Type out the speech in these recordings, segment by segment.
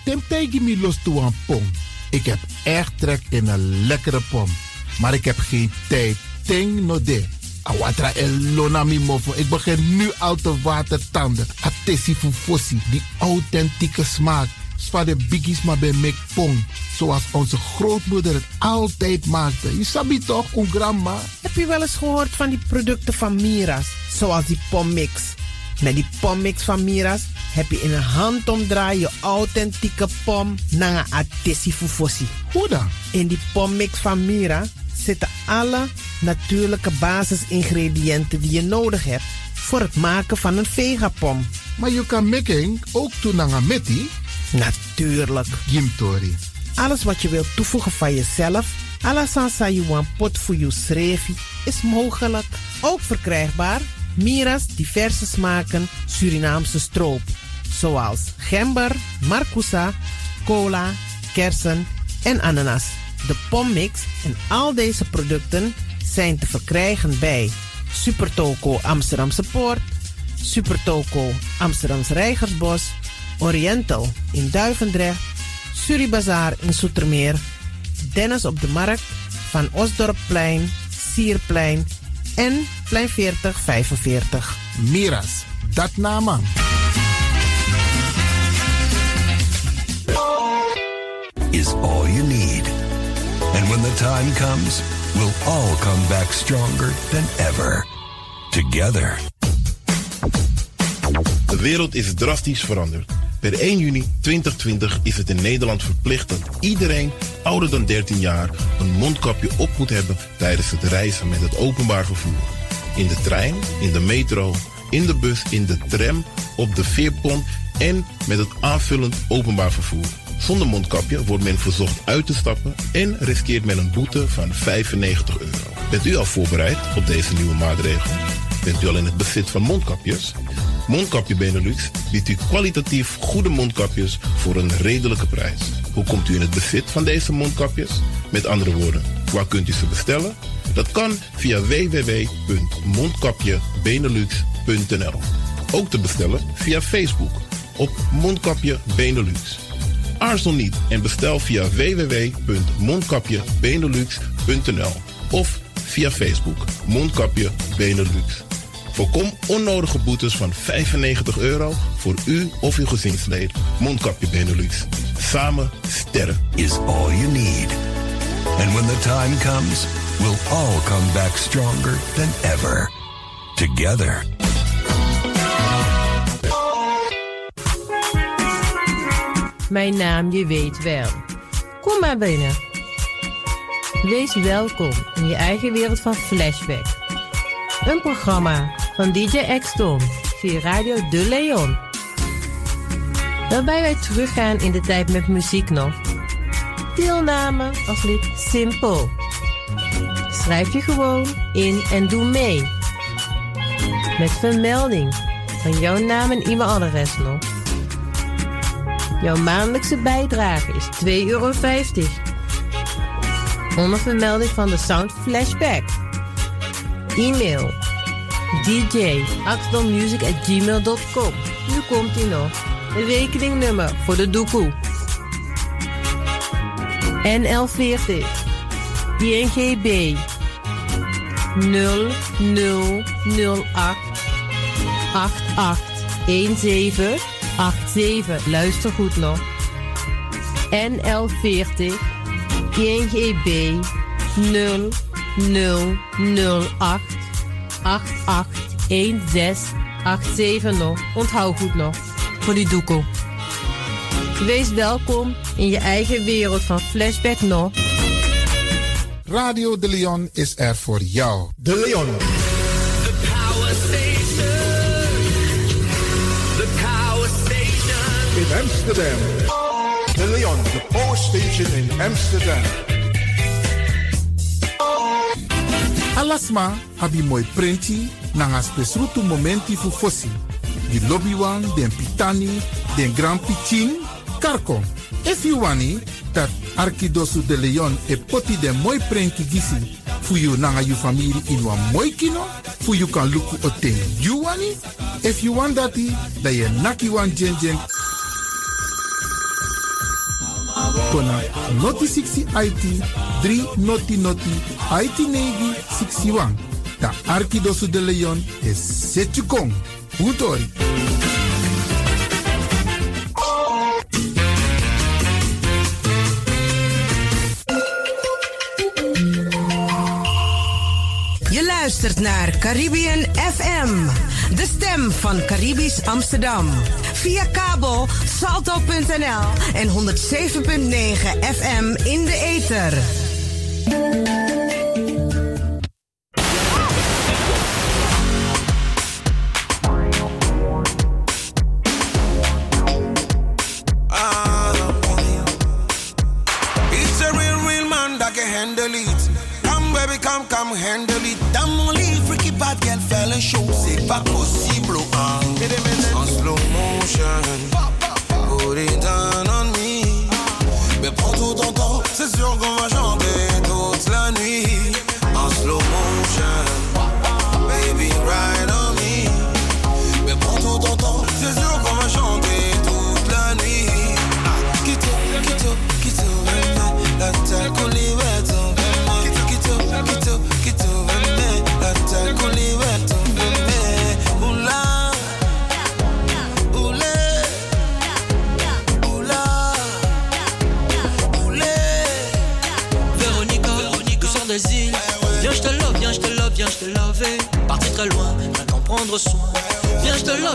Temptegi mi los toe een pom. Ik heb echt trek in een lekkere pom. Maar ik heb geen tijd. Ting no de. Awatra elona mi mofo. Ik begin nu al te watertanden. Atesi fufosi. Die authentieke smaak. Zwaar de biggies maar bij mek pom. Zoals onze grootmoeder het altijd maakte. Je sabi toch, een grandma? Heb je wel eens gehoord van die producten van Mira's? Zoals die pommix. Met die pommix van Mira's heb je in een handomdraai je authentieke pom naar een atesi fufosi. Hoe dan? In die pommix van Mira zitten alle natuurlijke basisingrediënten die je nodig hebt voor het maken van een vegapom. Maar je kan making ook doen naar een meti? Natuurlijk. Gimtori. Alles wat je wilt toevoegen van jezelf, alla sansa you want pot voor je schreefie, is mogelijk. Ook verkrijgbaar Mira's diverse smaken Surinaamse stroop. Zoals gember, marcousa, cola, kersen en ananas. De pommix en al deze producten zijn te verkrijgen bij Supertoco Amsterdamse Poort, Supertoco Amsterdamse Reigersbos, Oriental in Duivendrecht, Suribazaar in Zoetermeer, Dennis op de Markt, Van Osdorpplein, Sierplein en Plein 4045. Mira's, dat nama. Is all you need. And when the time comes, we'll all come back stronger than ever. Together. De wereld is drastisch veranderd. Per 1 juni 2020 is het in Nederland verplicht dat iedereen ouder dan 13 jaar een mondkapje op moet hebben tijdens het reizen met het openbaar vervoer. In de trein, in de metro, in de bus, in de tram, op de veerpont en met het aanvullend openbaar vervoer. Zonder mondkapje wordt men verzocht uit te stappen en riskeert men een boete van €95. Bent u al voorbereid op deze nieuwe maatregel? Bent u al in het bezit van mondkapjes? Mondkapje Benelux biedt u kwalitatief goede mondkapjes voor een redelijke prijs. Hoe komt u in het bezit van deze mondkapjes? Met andere woorden, waar kunt u ze bestellen? Dat kan via www.mondkapjebenelux.nl. Ook te bestellen via Facebook op Mondkapje Benelux. Aarzel niet en bestel via www.mondkapjebenelux.nl of via Facebook Mondkapje Benelux. Voorkom onnodige boetes van €95 voor u of uw gezinslid. Mondkapje Benelux. Samen sterk. Is all you need. And when the time comes, we'll all come back stronger than ever. Together. Mijn naam, je weet wel. Kom maar binnen. Wees welkom in je eigen wereld van Flashback. Een programma van DJ X-Ton via Radio De Leon. Waarbij wij teruggaan in de tijd met muziek nog. Deelname als lid simpel. Schrijf je gewoon in en doe mee. Met vermelding van jouw naam en e-mailadres nog. Jouw maandelijkse bijdrage is €2,50. Onder vermelding van de Sound Flashback. E-mail dj@axdommusic@gmail.com. Nu komt ie nog. De rekeningnummer voor de doekoe. NL40 INGB 0008 881787. Luister goed nog. NL40 INGB 0008 881687 nog. Onthoud goed nog. Voor die doekoe. Wees welkom in je eigen wereld van Flashback nog. Radio De Leon is er voor jou. De Leon. The Power Station. The Power Station. In Amsterdam. De Leon, the Power Station in Amsterdam. Alasma abi mooi prenti nanga spesrutu momenti fu fossi. Di lobby wan, den pitani, den grand piching, karko. If you wani, dat Arkidosu de Leon e poti den mooi prenti gisi fu you nanga you family in wan mooi kino, fu you kan luku o ten you wani. If you want dati, da ye naki wan jen jen Kona noti 60 IT 3 noti IT negi 61. Ta Arkidosu de Leon is Setchukong. Utori. Je luistert naar Caribbean FM, de stem van Caribisch Amsterdam. Via kabel salto.nl en 107.9 FM in de ether. It's a real man that can handle it. Come baby, come handle it. Freaky bad girl fell and show. C'est pas possible, en slow motion. Put it down on me. Mais prends tout ton temps, c'est sûr qu'on va chanter toute la nuit. En slow motion. Baby, ride on me. Mais prends tout ton temps, c'est sûr qu'on va chanter toute la nuit. Quitte, la tête qu'on libère. Viens, je te love. Parti très loin, viens t'en prendre soin. Viens, je te love.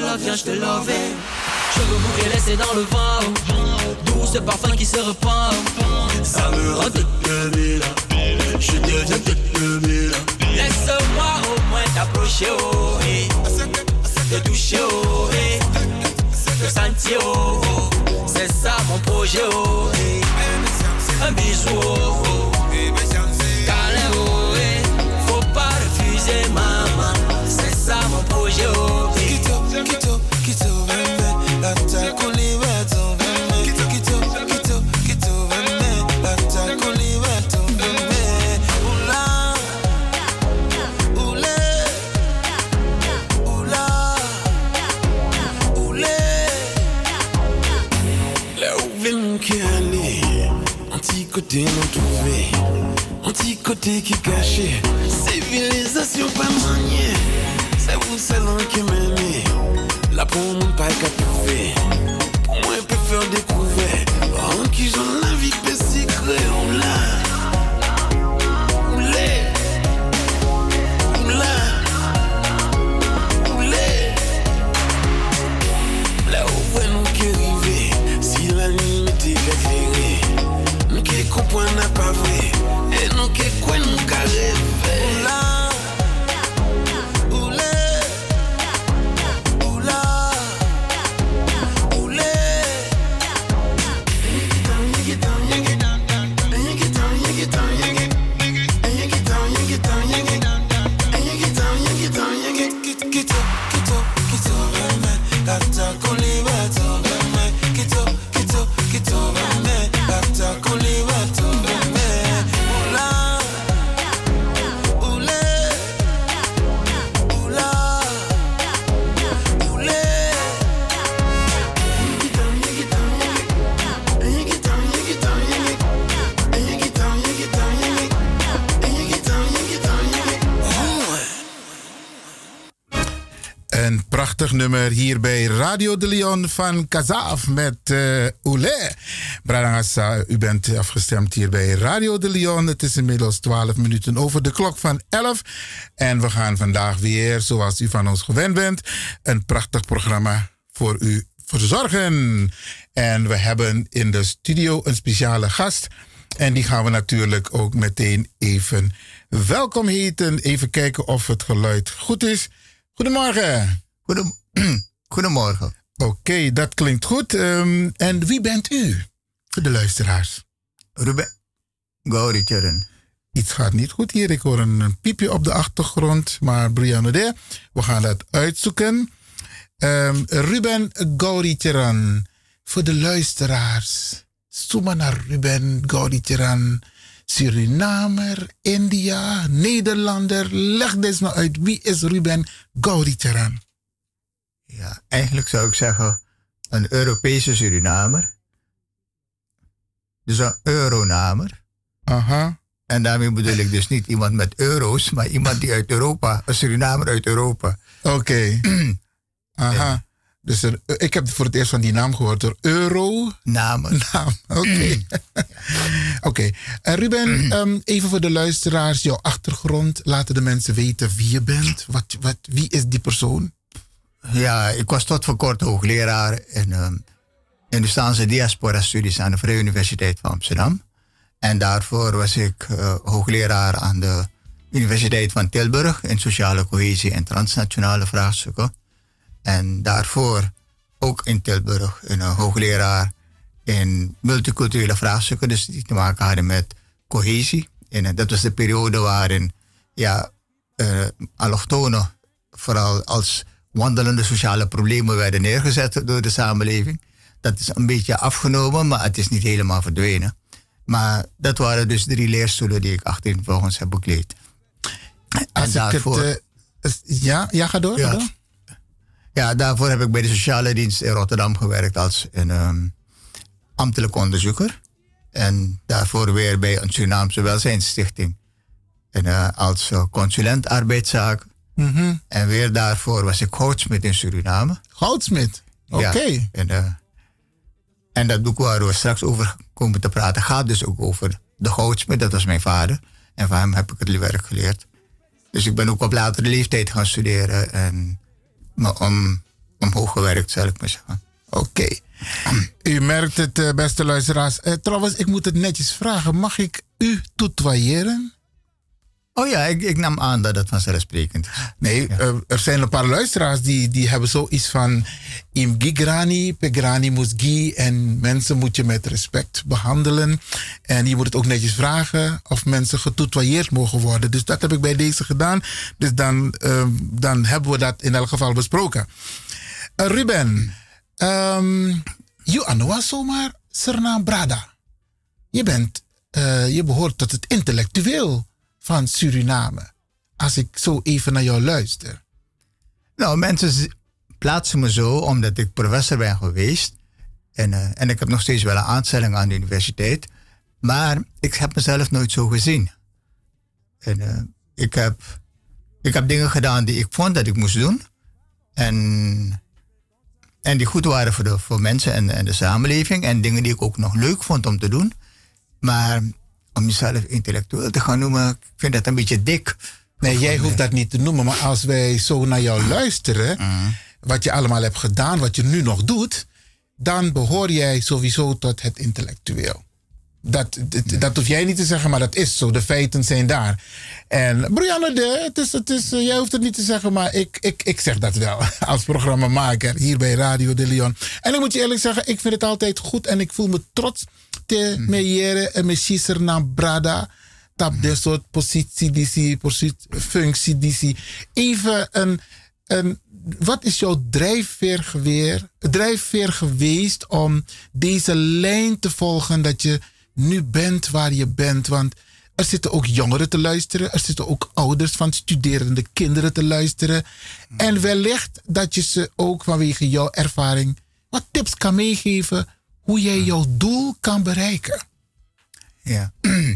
Je veux boucler laisser dans le vent. D'où ce parfum qui se repart. Ça me rend toute là. Je deviens toute là. Laisse-moi au moins t'approcher, oh, hey. Te toucher, oh, hey. Te sentir, oh, oh. C'est ça mon projet, oh, hey. Un bisou, oh, oh. Câlin, oh, hey. Faut pas refuser, maman. C'est ça mon projet, oh, hey. Quitte, la tête qu'on libère, ton bébé. Quitte, la tête qu'on libère, ton bébé. Côté non trouvé, anti-côté qui caché, civilisation pas maniée, c'est vous celle qui m'aimez, là pour mon pas qu'à trouver, pour moi je peux faire découvrir, en qui j'en la vie peut secret, on l'a, là où est nous qui arrivé, si la nuit m'était éclairée. Qu'on point n'a pas vrai et nous qui quoi nous carré là Prachtig nummer hier bij Radio de Leon van Kazaaf met Oulé. Bradangasa, u bent afgestemd hier bij Radio de Leon. Het is inmiddels 12 minuten over de klok van 11. En we gaan vandaag weer, zoals u van ons gewend bent, een prachtig programma voor u verzorgen. En we hebben in de studio een speciale gast. En die gaan we natuurlijk ook meteen even welkom heten. Even kijken of het geluid goed is. Goedemorgen. Goedemorgen. Oké, dat klinkt goed. En wie bent u? Voor de luisteraars. Ruben Gauricheren. Iets gaat niet goed hier. Ik hoor een piepje op de achtergrond. Maar Brianna de, we gaan dat uitzoeken. Ruben Gauricheren. Voor de luisteraars. Zoek maar naar Ruben Gauricheren. Surinamer, India, Nederlander. Leg deze nou uit. Wie is Ruben Gauricheren? Ja, eigenlijk zou ik zeggen een Europese Surinamer. Dus een euronamer. Aha. En daarmee bedoel ik dus niet iemand met euro's, maar iemand die uit Europa, een Surinamer uit Europa. Oké. Aha. Dus ik heb voor het eerst van die naam gehoord door Namen. Oké. Oké. Ruben, even voor de luisteraars, jouw achtergrond. Laten de mensen weten wie je bent. Wie is die persoon? Ja, ik was tot voor kort hoogleraar in Hindustaanse diaspora-studies aan de Vrije Universiteit van Amsterdam. En daarvoor was ik hoogleraar aan de Universiteit van Tilburg in sociale cohesie en transnationale vraagstukken. En daarvoor ook in Tilburg een hoogleraar in multiculturele vraagstukken, dus die te maken hadden met cohesie. En dat was de periode waarin allochtonen vooral als wandelende sociale problemen werden neergezet door de samenleving. Dat is een beetje afgenomen, maar het is niet helemaal verdwenen. Maar dat waren dus 3 leerstoelen die ik achtereenvolgens heb bekleed. Als daarvoor, ga door. Ja, ja, daarvoor heb ik bij de sociale dienst in Rotterdam gewerkt als een ambtelijk onderzoeker. En daarvoor weer bij een Surinaamse welzijnsstichting. En als consulent arbeidszaken. Mm-hmm. En weer daarvoor was ik goudsmid in Suriname. Goudsmid? Oké. Ja, en dat boek waar we straks over komen te praten gaat dus ook over de goudsmid. Dat was mijn vader. En van hem heb ik het werk geleerd. Dus ik ben ook op latere leeftijd gaan studeren. En omhoog gewerkt, zal ik maar zeggen. Oké. U merkt het, beste luisteraars. Trouwens, ik moet het netjes vragen. Mag ik u tutoyeren? Oh ja, ik nam aan dat het vanzelfsprekend is. Nee, ja. Er zijn een paar luisteraars die hebben zoiets van... Im gigrani, pegrani musgi. En mensen moet je met respect behandelen. En je moet het ook netjes vragen of mensen getutoyeerd mogen worden. Dus dat heb ik bij deze gedaan. Dus dan hebben we dat in elk geval besproken. Ruben, je was zomaar Serna Brada. Je behoort tot het intellectueel van Suriname. Als ik zo even naar jou luister. Nou, mensen plaatsen me zo omdat ik professor ben geweest. En ik heb nog steeds wel een aanstelling aan de universiteit. Maar ik heb mezelf nooit zo gezien. En ik heb dingen gedaan die ik vond dat ik moest doen. En die goed waren voor mensen en de samenleving. En dingen die ik ook nog leuk vond om te doen. Maar om jezelf intellectueel te gaan noemen, ik vind dat een beetje dik. Nee, jij hoeft dat niet te noemen. Maar als wij zo naar jou luisteren, wat je allemaal hebt gedaan, wat je nu nog doet, dan behoor jij sowieso tot het intellectueel. Dat hoef jij niet te zeggen, maar dat is zo. De feiten zijn daar. En Brianne, jij hoeft het niet te zeggen, maar ik zeg dat wel. Als programmamaker hier bij Radio de Leon. En ik moet je eerlijk zeggen, ik vind het altijd goed en ik voel me trots te meijeren en me schisser naar Brada. Dat de soort positie, functie die. Even wat is jouw drijfveer geweest om deze lijn te volgen dat je nu bent waar je bent? Want er zitten ook jongeren te luisteren. Er zitten ook ouders van studerende kinderen te luisteren. En wellicht dat je ze ook vanwege jouw ervaring wat tips kan meegeven hoe jij jouw doel kan bereiken. Ja.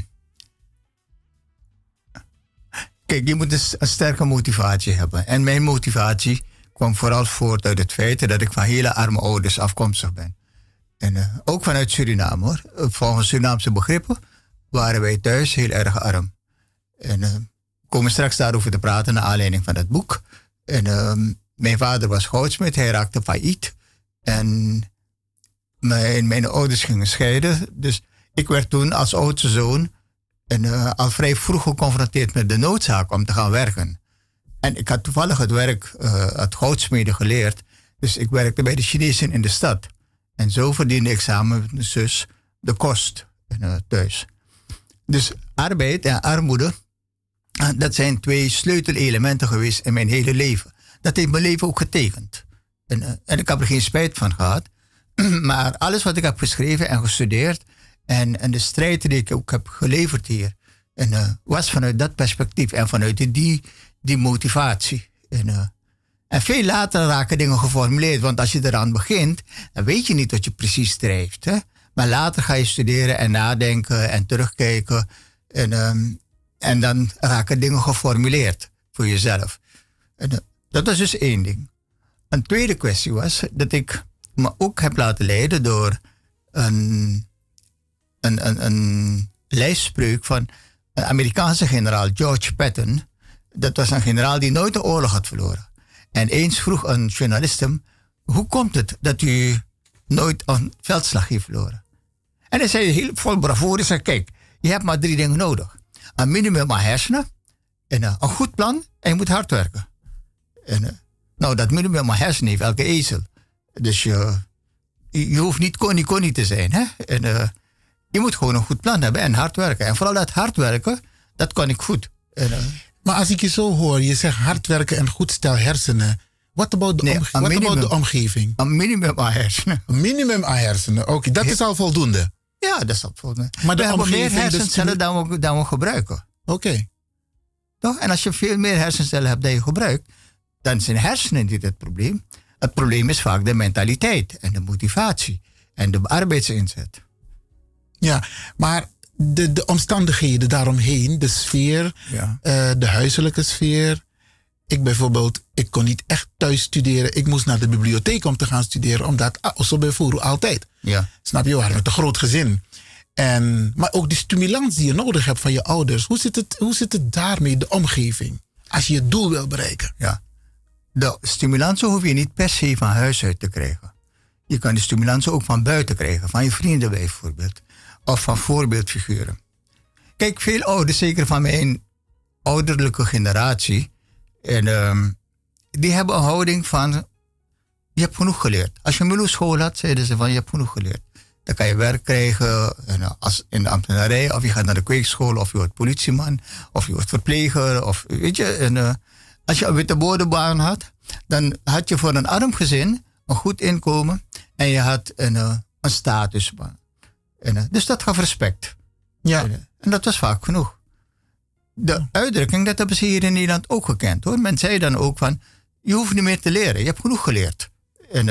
Kijk, je moet een sterke motivatie hebben. En mijn motivatie kwam vooral voort uit het feit dat ik van hele arme ouders afkomstig ben. En ook vanuit Suriname hoor. Volgens Surinaamse begrippen waren wij thuis heel erg arm. En we komen straks daarover te praten naar aanleiding van dat boek. En mijn vader was goudsmid, hij raakte failliet. En mijn ouders gingen scheiden. Dus ik werd toen als oudste zoon al vrij vroeg geconfronteerd met de noodzaak om te gaan werken. En ik had toevallig het werk, het goudsmeden geleerd. Dus ik werkte bij de Chinezen in de stad. En zo verdiende ik samen met mijn zus de kost thuis. Dus arbeid en armoede, dat zijn 2 sleutelelementen geweest in mijn hele leven. Dat heeft mijn leven ook getekend. En ik heb er geen spijt van gehad. Maar alles wat ik heb geschreven en gestudeerd en de strijd die ik ook heb geleverd hier, was vanuit dat perspectief en vanuit die motivatie. En veel later raken dingen geformuleerd, want als je eraan begint, dan weet je niet wat je precies drijft. Hè? Maar later ga je studeren en nadenken en terugkijken. En dan raken dingen geformuleerd voor jezelf. Dat was dus één ding. Een tweede kwestie was dat ik me ook heb laten leiden door een lijfspreuk van een Amerikaanse generaal, George Patton. Dat was een generaal die nooit een oorlog had verloren. En eens vroeg een journalist hem: hoe komt het dat u nooit een veldslag heeft verloren? En hij zei heel vol bravoure, zei: kijk, je hebt maar 3 dingen nodig. Een minimum aan hersenen, en een goed plan en je moet hard werken. En, nou, dat minimum aan hersenen heeft elke ezel. Dus je hoeft niet koning te zijn. Hè? En, je moet gewoon een goed plan hebben en hard werken. En vooral dat hard werken, dat kan ik goed. Maar als ik je zo hoor, je zegt hard werken en goed stel hersenen. Wat about de omgeving? Een minimum aan hersenen. Een minimum aan hersenen, oké. Dat is al voldoende. Ja, dat is al voldoende. Maar we hebben meer hersencellen dan we gebruiken. Oké. Toch? En als je veel meer hersencellen hebt dan je gebruikt, dan zijn hersenen niet het probleem. Het probleem is vaak de mentaliteit en de motivatie en de arbeidsinzet. Ja, maar de omstandigheden daaromheen, de sfeer, de huiselijke sfeer. Ik kon niet echt thuis studeren. Ik moest naar de bibliotheek om te gaan studeren, omdat zo bij voren altijd. Ja. Snap je, we waren met een groot gezin. Maar ook die stimulans die je nodig hebt van je ouders. Hoe zit het daarmee, de omgeving? Als je je doel wil bereiken. Ja. De stimulansen hoef je niet per se van huis uit te krijgen. Je kan de stimulansen ook van buiten krijgen. Van je vrienden bijvoorbeeld. Of van voorbeeldfiguren. Kijk, veel ouders, zeker van mijn ouderlijke generatie. En die hebben een houding van: je hebt genoeg geleerd. Als je een school had, zeiden ze van: je hebt genoeg geleerd. Dan kan je werk krijgen in de ambtenarij, of je gaat naar de kweekschool, of je wordt politieman, of je wordt verpleger, of weet je. En, als je een witte bodembaan had, dan had je voor een arm gezin een goed inkomen en je had een statusbaan. Dus dat gaf respect. Ja. En dat was vaak genoeg. De uitdrukking, dat hebben ze hier in Nederland ook gekend, hoor. Men zei dan ook van: je hoeft niet meer te leren, je hebt genoeg geleerd. En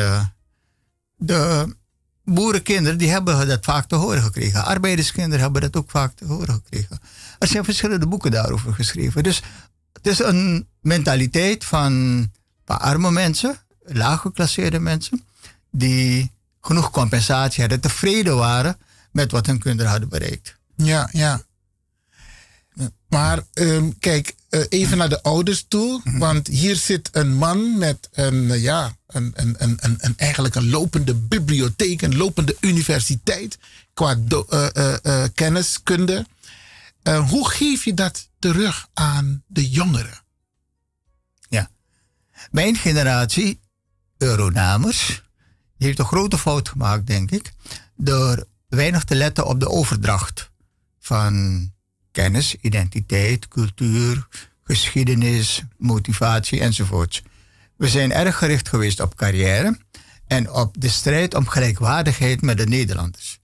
de boerenkinderen, die hebben dat vaak te horen gekregen. Arbeiderskinderen hebben dat ook vaak te horen gekregen. Er zijn verschillende boeken daarover geschreven. Dus het is een mentaliteit van arme mensen, laaggeklasseerde mensen, die genoeg compensatie hadden, tevreden waren met wat hun kinderen hadden bereikt. Ja, ja. Maar kijk, even naar de ouders toe. Want hier zit een man met eigenlijk een lopende bibliotheek, een lopende universiteit qua kenniskunde. Hoe geef je dat terug aan de jongeren? Ja. Mijn generatie, Euronamers, heeft een grote fout gemaakt, denk ik, door weinig te letten op de overdracht van kennis, identiteit, cultuur, geschiedenis, motivatie enzovoort. We zijn erg gericht geweest op carrière en op de strijd om gelijkwaardigheid met de Nederlanders.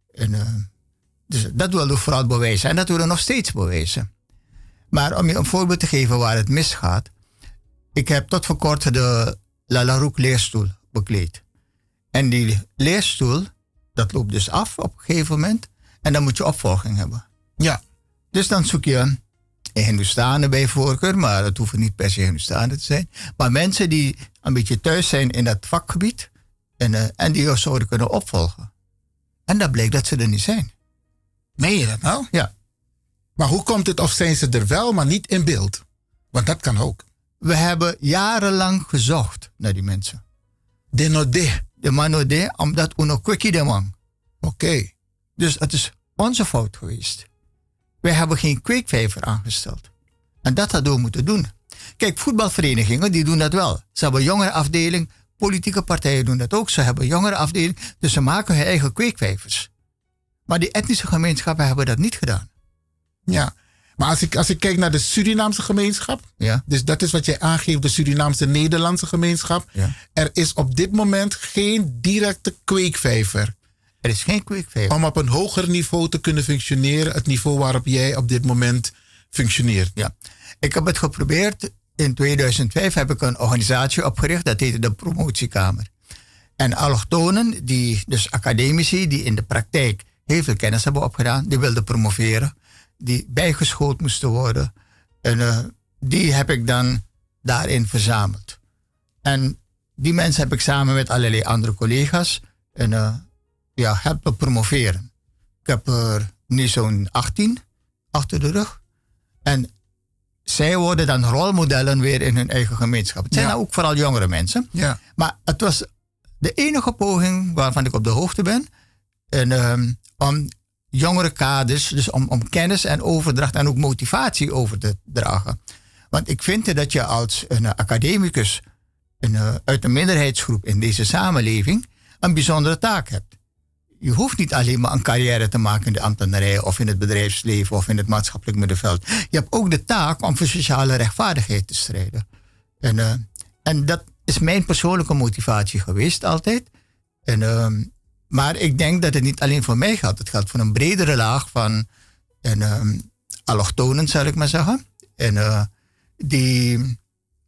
Dus dat wilden we vooral bewijzen en dat willen we nog steeds bewijzen. Maar om je een voorbeeld te geven waar het misgaat. Ik heb tot voor kort de Lalaroek leerstoel bekleed. En die leerstoel, dat loopt dus af op een gegeven moment. En dan moet je opvolging hebben. Ja. Dus dan zoek je een Hindoestanen bij voorkeur, maar het hoeven niet per se Hindoestanen te zijn. Maar mensen die een beetje thuis zijn in dat vakgebied en die je zouden kunnen opvolgen. En dan bleek dat ze er niet zijn. Meen je dat nou? Ja. Maar hoe komt het, of zijn ze er wel, maar niet in beeld? Want dat kan ook. We hebben jarenlang gezocht naar die mensen. De manode, omdat uno kwikkie de man. Oké. Dus het is onze fout geweest. Wij hebben geen kweekvijver aangesteld. En dat hadden we moeten doen. Kijk, voetbalverenigingen die doen dat wel. Ze hebben een jongerenafdeling. Politieke partijen doen dat ook. Ze hebben een jongerenafdeling. Dus ze maken hun eigen kweekvijvers. Maar die etnische gemeenschappen hebben dat niet gedaan. Ja, maar als ik kijk naar de Surinaamse gemeenschap. Ja. Dus dat is wat jij aangeeft, de Surinaamse Nederlandse gemeenschap. Ja. Er is op dit moment geen directe kweekvijver. Er is geen kweekvijver. Om op een hoger niveau te kunnen functioneren. Het niveau waarop jij op dit moment functioneert. Ja. Ik heb het geprobeerd. In 2005 heb ik een organisatie opgericht. Dat heette de Promotiekamer. En allochtonen, dus academici die in de praktijk heel veel kennis hebben opgedaan, die wilden promoveren, die bijgeschoold moesten worden. En die heb ik dan daarin verzameld. En die mensen heb ik samen met allerlei andere collega's helpen promoveren. Ik heb er nu zo'n 18 achter de rug. En zij worden dan rolmodellen weer in hun eigen gemeenschap. Het zijn ook vooral jongere mensen. Ja. Maar het was de enige poging waarvan ik op de hoogte ben. En, om jongere kaders, dus om kennis en overdracht en ook motivatie over te dragen. Want ik vind dat je als een academicus uit een minderheidsgroep in deze samenleving een bijzondere taak hebt. Je hoeft niet alleen maar een carrière te maken in de ambtenarij of in het bedrijfsleven of in het maatschappelijk middenveld. Je hebt ook de taak om voor sociale rechtvaardigheid te strijden. En dat is mijn persoonlijke motivatie geweest altijd. Maar ik denk dat het niet alleen voor mij geldt. Het geldt voor een bredere laag van allochtonen, zal ik maar zeggen. En die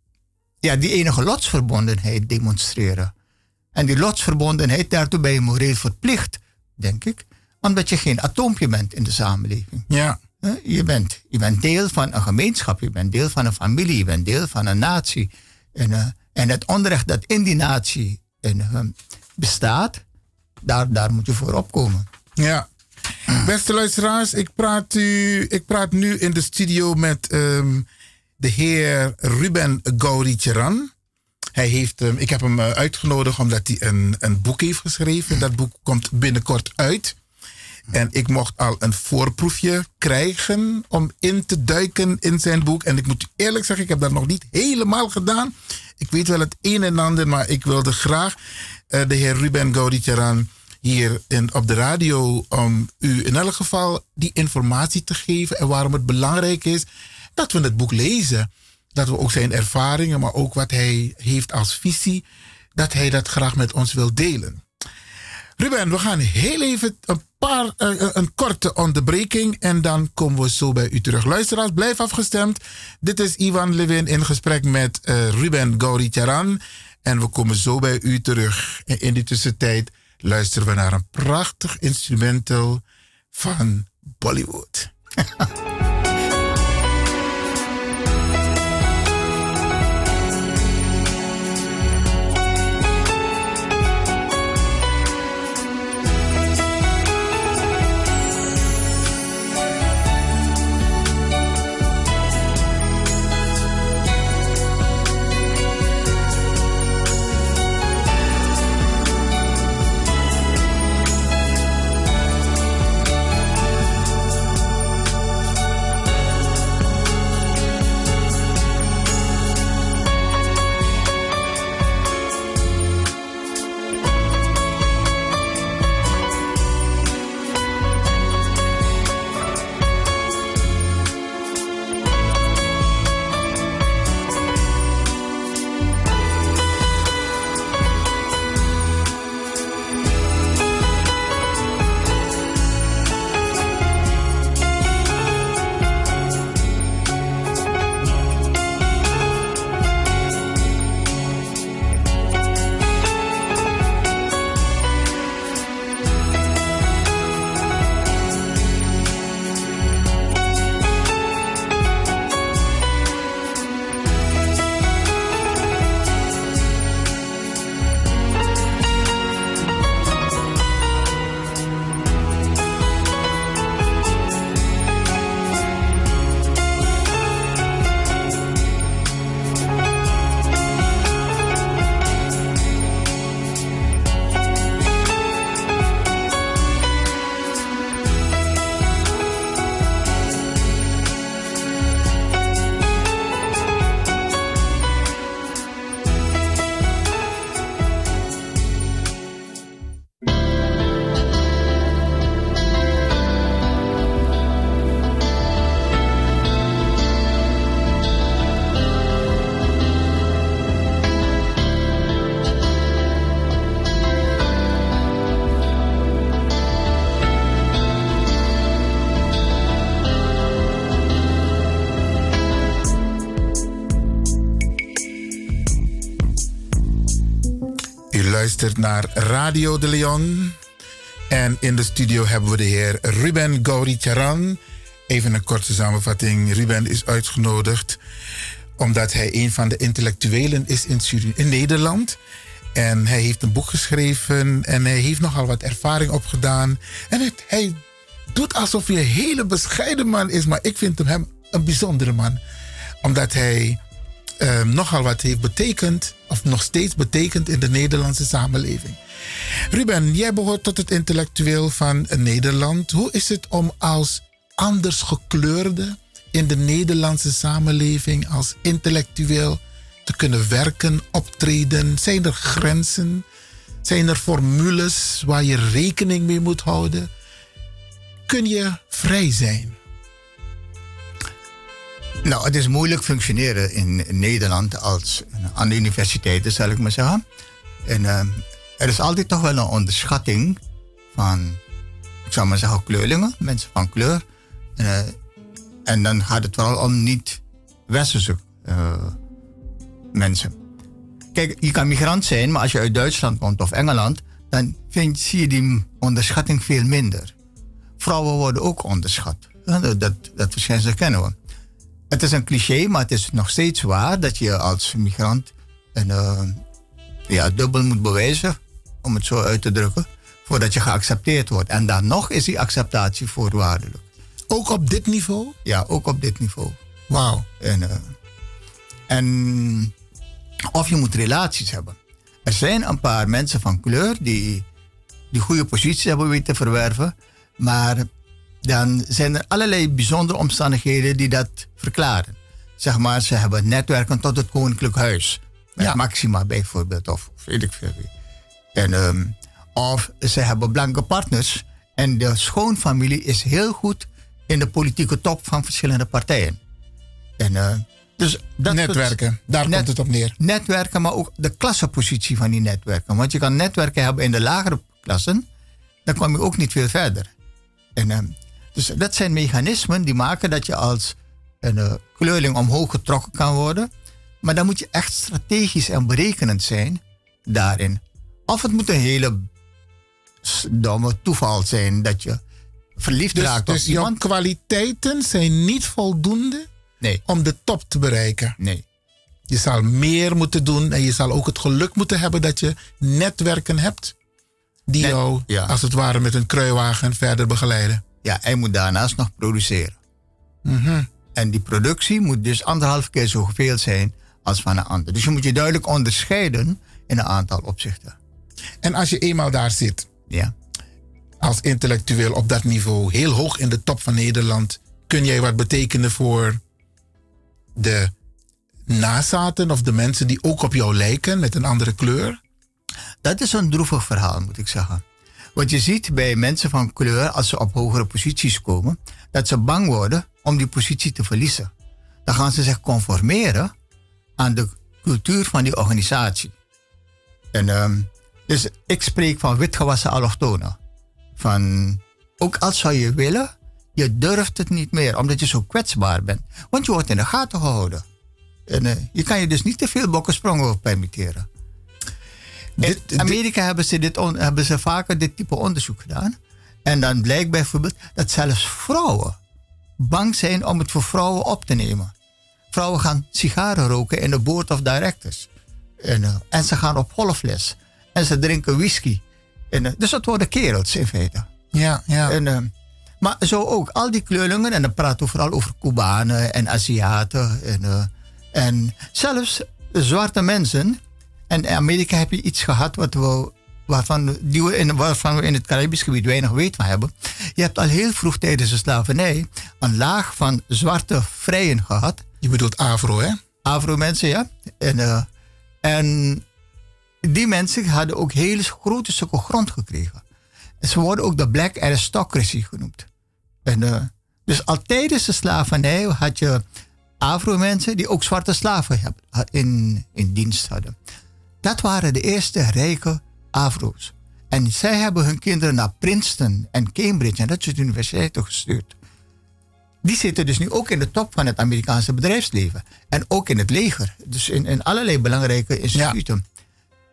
enige lotsverbondenheid demonstreren. En die lotsverbondenheid, daartoe ben je moreel verplicht, denk ik. Omdat je geen atoompje bent in de samenleving. Ja. Je bent deel van een gemeenschap, je bent deel van een familie, je bent deel van een natie. En het onrecht dat in die natie bestaat, daar moet je voor opkomen. Ja. Beste luisteraars, ik praat nu in de studio met de heer Ruben Gauri-Charan. Ik heb hem uitgenodigd omdat hij een boek heeft geschreven. Dat boek komt binnenkort uit. En ik mocht al een voorproefje krijgen om in te duiken in zijn boek. En ik moet eerlijk zeggen, ik heb dat nog niet helemaal gedaan. Ik weet wel het een en ander, maar ik wilde graag de heer Ruben Gauri-Charan hier op de radio om u in elk geval die informatie te geven. En waarom het belangrijk is dat we het boek lezen. Dat we ook zijn ervaringen, maar ook wat hij heeft als visie, dat hij dat graag met ons wil delen. Ruben, we gaan heel even een korte onderbreking en dan komen we zo bij u terug. Luisteraars, blijf afgestemd. Dit is Ivan Levin in gesprek met Ruben Gauri-Charan en we komen zo bij u terug. En in die tussentijd luisteren we naar een prachtig instrumental van Bollywood. luistert naar Radio de Leon. En in de studio hebben we de heer Ruben Gauri-Charan. Even een korte samenvatting. Ruben is uitgenodigd omdat hij een van de intellectuelen is in Nederland. En hij heeft een boek geschreven en hij heeft nogal wat ervaring opgedaan. En hij doet alsof hij een hele bescheiden man is, maar ik vind hem een bijzondere man. Omdat hij nogal wat heeft betekend, of nog steeds betekent in de Nederlandse samenleving. Ruben, jij behoort tot het intellectueel van Nederland. Hoe is het om als anders gekleurde in de Nederlandse samenleving als intellectueel te kunnen werken, optreden? Zijn er grenzen? Zijn er formules waar je rekening mee moet houden? Kun je vrij zijn? Nou, het is moeilijk functioneren in Nederland als aan de universiteiten, zal ik maar zeggen. En er is altijd toch wel een onderschatting van, ik zou maar zeggen, kleurlingen, mensen van kleur. En dan gaat het vooral om niet-westerse mensen. Kijk, je kan migrant zijn, maar als je uit Duitsland komt of Engeland, dan zie je die onderschatting veel minder. Vrouwen worden ook onderschat. Dat verschijnsel kennen we. Het is een cliché, maar het is nog steeds waar dat je als migrant dubbel moet bewijzen, om het zo uit te drukken, voordat je geaccepteerd wordt. En dan nog is die acceptatie voorwaardelijk. Ook op dit niveau? Ja, ook op dit niveau. Wauw. En of je moet relaties hebben. Er zijn een paar mensen van kleur die goede posities hebben weten te verwerven, maar dan zijn er allerlei bijzondere omstandigheden die dat verklaren. Zeg maar, ze hebben netwerken tot het Koninklijk Huis. Met Maxima bijvoorbeeld, of weet ik veel wie. Of ze hebben blanke partners. En de schoonfamilie is heel goed in de politieke top van verschillende partijen. Dus dat netwerken, daar komt het op neer. Netwerken, maar ook de klassenpositie van die netwerken. Want je kan netwerken hebben in de lagere klassen, dan kom je ook niet veel verder. Dus dat zijn mechanismen die maken dat je als een kleurling omhoog getrokken kan worden. Maar dan moet je echt strategisch en berekenend zijn daarin. Of het moet een hele domme toeval zijn dat je verliefd raakt op dus iemand. jouw kwaliteiten zijn niet voldoende om de top te bereiken. Nee. Je zal meer moeten doen en je zal ook het geluk moeten hebben dat je netwerken hebt die jou als het ware met een kruiwagen verder begeleiden. Ja, hij moet daarnaast nog produceren. Mm-hmm. En die productie moet dus 1,5 keer zoveel zijn als van een ander. Dus je moet je duidelijk onderscheiden in een aantal opzichten. En als je eenmaal daar zit, als intellectueel op dat niveau, heel hoog in de top van Nederland, kun jij wat betekenen voor de nazaten of de mensen die ook op jou lijken met een andere kleur? Dat is een droevig verhaal, moet ik zeggen. Wat je ziet bij mensen van kleur als ze op hogere posities komen, dat ze bang worden om die positie te verliezen. Dan gaan ze zich conformeren aan de cultuur van die organisatie. Dus ik spreek van witgewassen allochtonen. Van, ook als zou je willen, je durft het niet meer, omdat je zo kwetsbaar bent. Want je wordt in de gaten gehouden. Je kan je dus niet te veel bokkensprongen permitteren. In Amerika hebben ze vaker dit type onderzoek gedaan. En dan blijkt bijvoorbeeld dat zelfs vrouwen bang zijn om het voor vrouwen op te nemen. Vrouwen gaan sigaren roken in de board of directors. En ze gaan op holfles. En ze drinken whisky. Dus dat worden kerels in feite. Ja. Maar zo ook, al die kleurlingen, en dan praten we vooral over Cubanen en Aziaten. En zelfs zwarte mensen. En in Amerika heb je iets gehad waarvan we in het Caribisch gebied weinig weet van hebben. Je hebt al heel vroeg tijdens de slavernij een laag van zwarte vrijen gehad. Je bedoelt Afro, hè? Afro-mensen, ja. En die mensen hadden ook hele grote stukken grond gekregen. En ze worden ook de black aristocracy genoemd. Dus al tijdens de slavernij had je Afro-mensen die ook zwarte slaven in dienst hadden. Dat waren de eerste rijke Afro's. En zij hebben hun kinderen naar Princeton en Cambridge en dat soort universiteiten gestuurd. Die zitten dus nu ook in de top van het Amerikaanse bedrijfsleven. En ook in het leger. Dus in allerlei belangrijke instituten. Ja.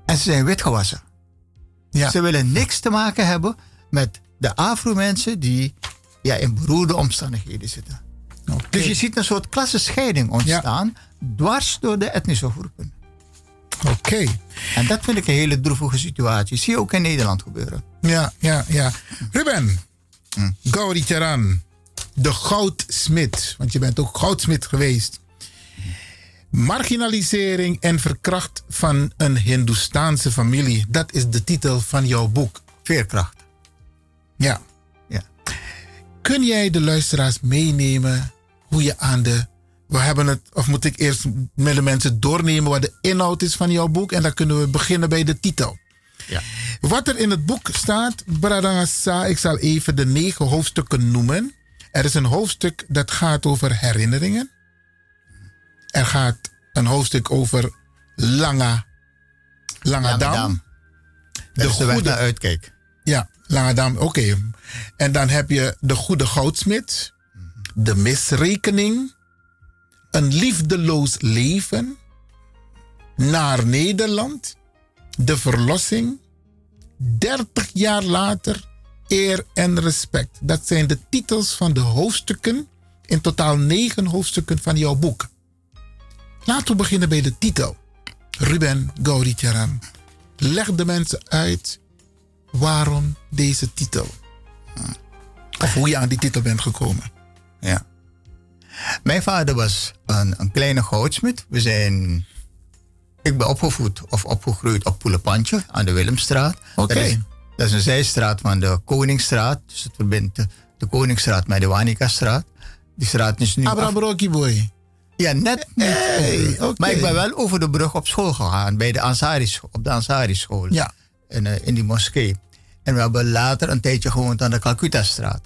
En ze zijn witgewassen. Ja. Ze willen niks te maken hebben met de Afro-mensen die in beroerde omstandigheden zitten. Okay. Dus je ziet een soort klassenscheiding ontstaan, dwars door de etnische groepen. Oké. En dat vind ik een hele droevige situatie. Zie je ook in Nederland gebeuren. Ja. Ruben, Gauri Charan, de goudsmid, want je bent ook goudsmid geweest. Marginalisering en verkracht van een Hindoestaanse familie. Dat is de titel van jouw boek. Veerkracht. Ja. Kun jij de luisteraars meenemen hoe je aan de... We hebben het, of moet ik eerst met de mensen doornemen wat de inhoud is van jouw boek? En dan kunnen we beginnen bij de titel. Ja. Wat er in het boek staat, Bradangasa, ik zal even de 9 hoofdstukken noemen. Er is een hoofdstuk dat gaat over herinneringen. Er gaat een hoofdstuk over Langadam. Dat is de weg naar uitkijk. Ja, Langadam, oké. En dan heb je de goede goudsmid, de misrekening, een liefdeloos leven, naar Nederland, de verlossing, 30 jaar later, eer en respect. Dat zijn de titels van de hoofdstukken, in totaal 9 hoofdstukken van jouw boek. Laten we beginnen bij de titel. Ruben Gauri Charan. Leg de mensen uit waarom deze titel. Of hoe je aan die titel bent gekomen. Ja. Mijn vader was een kleine goudsmid. Ik ben opgegroeid op Poelepantje aan de Willemstraat. Oké. Dat is een zijstraat van de Koningsstraat. Dus het verbindt de Koningsstraat met de Wanikastraat. Die straat is nu... Abrabroki boy. Ja, net niet. Okay. Maar ik ben wel over de brug op school gegaan. Op de Ansari-school. Ja. In die moskee. En we hebben later een tijdje gewoond aan de Calcutta-straat.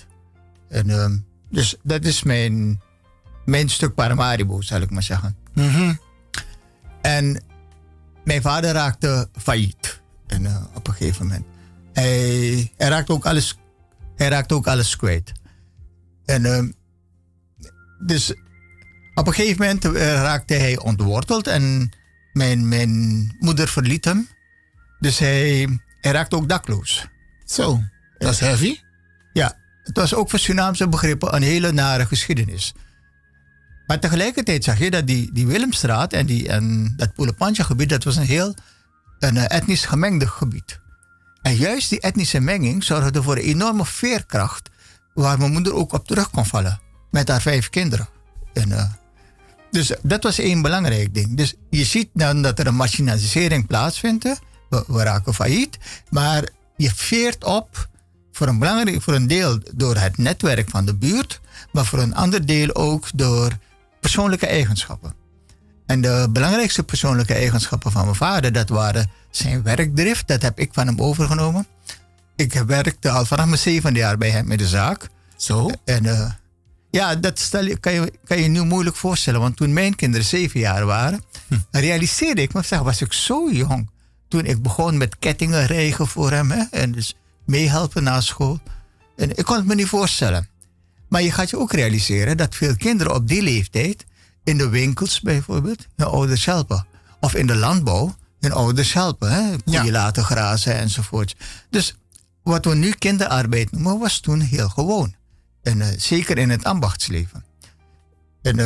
Dus dat is mijn stuk Paramaribo, zal ik maar zeggen. Mm-hmm. En mijn vader raakte failliet. En op een gegeven moment. Hij raakte ook alles kwijt. En dus op een gegeven moment raakte hij ontworteld. En mijn moeder verliet hem. Dus hij raakte ook dakloos. Zo, dat is heavy. Ja, het was ook voor Surinaamse begrippen een hele nare geschiedenis. Maar tegelijkertijd zag je dat die Willemstraat en dat Poelepantje gebied, dat was een etnisch gemengd gebied. En juist die etnische menging zorgde voor een enorme veerkracht waar mijn moeder ook op terug kon vallen. Met haar 5 kinderen. Dus dat was één belangrijk ding. Dus je ziet dan dat er een marginalisering plaatsvindt. We raken failliet. Maar je veert op voor een deel door het netwerk van de buurt. Maar voor een ander deel ook door persoonlijke eigenschappen. En de belangrijkste persoonlijke eigenschappen van mijn vader, dat waren zijn werkdrift. Dat heb ik van hem overgenomen. Ik werkte al vanaf mijn 7e jaar bij hem in de zaak. Zo? En dat kan je nu moeilijk voorstellen. Want toen mijn kinderen 7 jaar waren, realiseerde ik me, was ik zo jong. Toen ik begon met kettingen rijgen voor hem. En dus meehelpen na school. En ik kon het me niet voorstellen. Maar je gaat je ook realiseren dat veel kinderen op die leeftijd in de winkels bijvoorbeeld hun ouders helpen. Of in de landbouw hun ouders helpen. Koeien laten grazen enzovoort. Dus wat we nu kinderarbeid noemen, was toen heel gewoon. En zeker in het ambachtsleven. En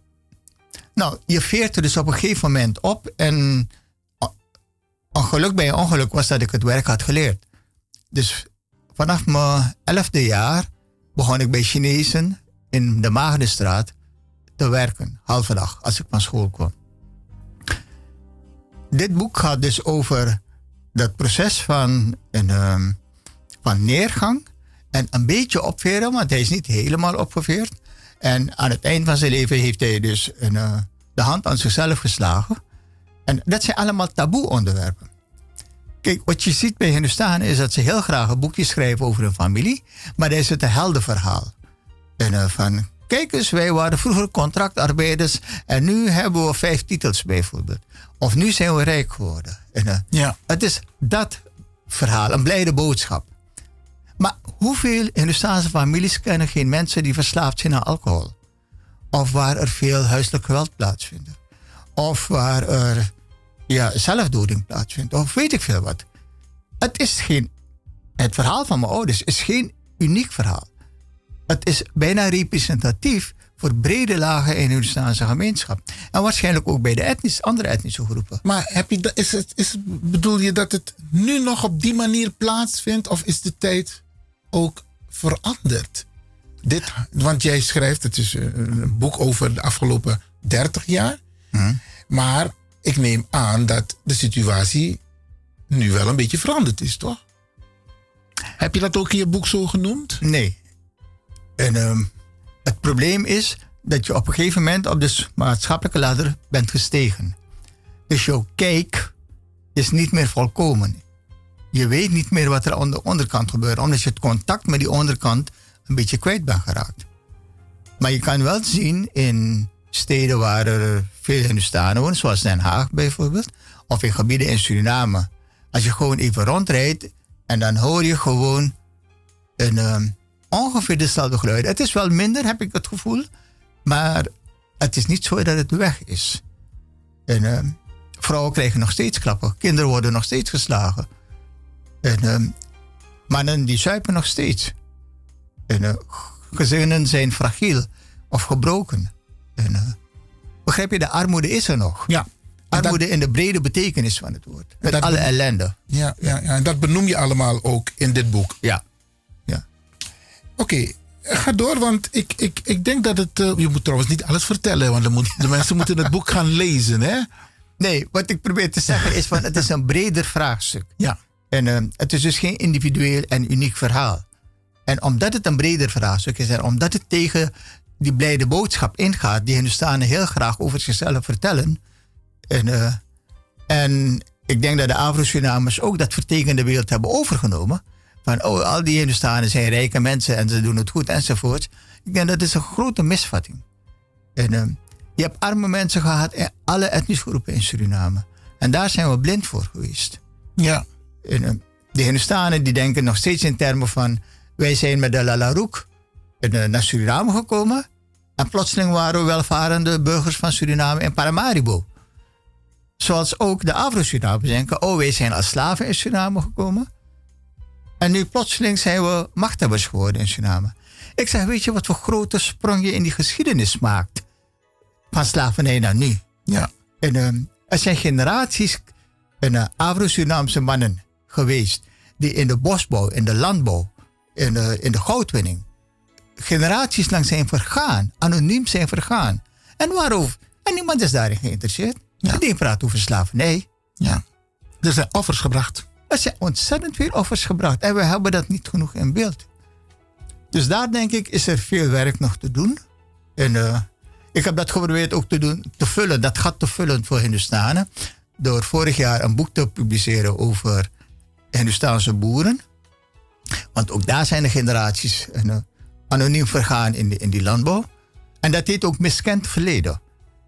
je veert er dus op een gegeven moment op. En bij een ongeluk was dat ik het werk had geleerd. Dus vanaf mijn 11e jaar begon ik bij Chinezen in de Maagdenstraat te werken. Halve dag, als ik van school kwam. Dit boek gaat dus over dat proces van neergang. En een beetje opveren, want hij is niet helemaal opgeveerd. En aan het eind van zijn leven heeft hij dus de hand aan zichzelf geslagen. En dat zijn allemaal taboe onderwerpen. Kijk, wat je ziet bij Hindustanen is dat ze heel graag een boekje schrijven over hun familie. Maar daar is het een heldenverhaal. En van, kijk eens, wij waren vroeger contractarbeiders en nu hebben we 5 titels bijvoorbeeld. Of nu zijn we rijk geworden. En, het is dat verhaal, een blijde boodschap. Maar hoeveel Hindustaanse families kennen geen mensen die verslaafd zijn aan alcohol? Of waar er veel huiselijk geweld plaatsvindt? Of waar er zelfdoding plaatsvindt. Of weet ik veel wat. Het verhaal van mijn ouders is geen uniek verhaal. Het is bijna representatief voor brede lagen in de Hindoestaanse gemeenschap. En waarschijnlijk ook bij de andere etnische groepen. Maar bedoel je dat het nu nog op die manier plaatsvindt? Of is de tijd ook veranderd? Want jij schrijft, het is een boek over de afgelopen 30 jaar. Maar ik neem aan dat de situatie nu wel een beetje veranderd is, toch? Heb je dat ook in je boek zo genoemd? Nee. En het probleem is dat je op een gegeven moment op de maatschappelijke ladder bent gestegen. Dus jouw kijk is niet meer volkomen. Je weet niet meer wat er aan de onderkant gebeurt, omdat je het contact met die onderkant een beetje kwijt bent geraakt. Maar je kan wel zien in steden waar er veel Hindoestanen wonen, zoals Den Haag bijvoorbeeld, of in gebieden in Suriname. Als je gewoon even rondrijdt en dan hoor je gewoon ongeveer dezelfde geluiden. Het is wel minder, heb ik het gevoel, maar het is niet zo dat het weg is. En vrouwen krijgen nog steeds klappen, kinderen worden nog steeds geslagen. En mannen die zuipen nog steeds. En gezinnen zijn fragiel of gebroken. En, begrijp je, de armoede is er nog. Ja. Armoede in de brede betekenis van het woord. Met alle ellende. Ja, en dat benoem je allemaal ook in dit boek. Ja. Oké, ga door, want ik denk dat het... je moet trouwens niet alles vertellen, want de mensen moeten het boek gaan lezen, hè? Nee, wat ik probeer te zeggen is van het is een breder vraagstuk. Ja. En het is dus geen individueel en uniek verhaal. En omdat het een breder vraagstuk is en omdat het tegen die blijde boodschap ingaat, die Hindoestanen heel graag over zichzelf vertellen. En ik denk dat de Afro-Surinamers ook dat vertekende beeld hebben overgenomen. Van al die Hindoestanen zijn rijke mensen en ze doen het goed enzovoort. Ik denk dat is een grote misvatting. En je hebt arme mensen gehad in alle etnische groepen in Suriname. En daar zijn we blind voor geweest. Ja. En de Hindoestanen die denken nog steeds in termen van wij zijn met de Lalaroek naar Suriname gekomen. En plotseling waren we welvarende burgers van Suriname in Paramaribo. Zoals ook de Afro-Surinamers denken, wij zijn als slaven in Suriname gekomen. En nu plotseling zijn we machthebbers geworden in Suriname. Ik zeg, weet je wat voor grote sprong je in die geschiedenis maakt? Van slavernij naar nu. Ja. En er zijn generaties Afro-Surinaamse mannen geweest die in de bosbouw, in de landbouw, in de goudwinning generaties lang zijn vergaan, anoniem zijn vergaan. En waarover? En niemand is daarin geïnteresseerd. Ja. Die praat over slavernij. Ja. Er zijn offers gebracht. Er zijn ontzettend veel offers gebracht. En we hebben dat niet genoeg in beeld. Dus daar denk ik is er veel werk nog te doen. En ik heb dat geprobeerd ook te vullen. Dat gat te vullen voor Hindoestanen. Door vorig jaar een boek te publiceren over Hindoestaanse boeren. Want ook daar zijn de generaties anoniem vergaan in die landbouw. En dat heet ook miskend verleden.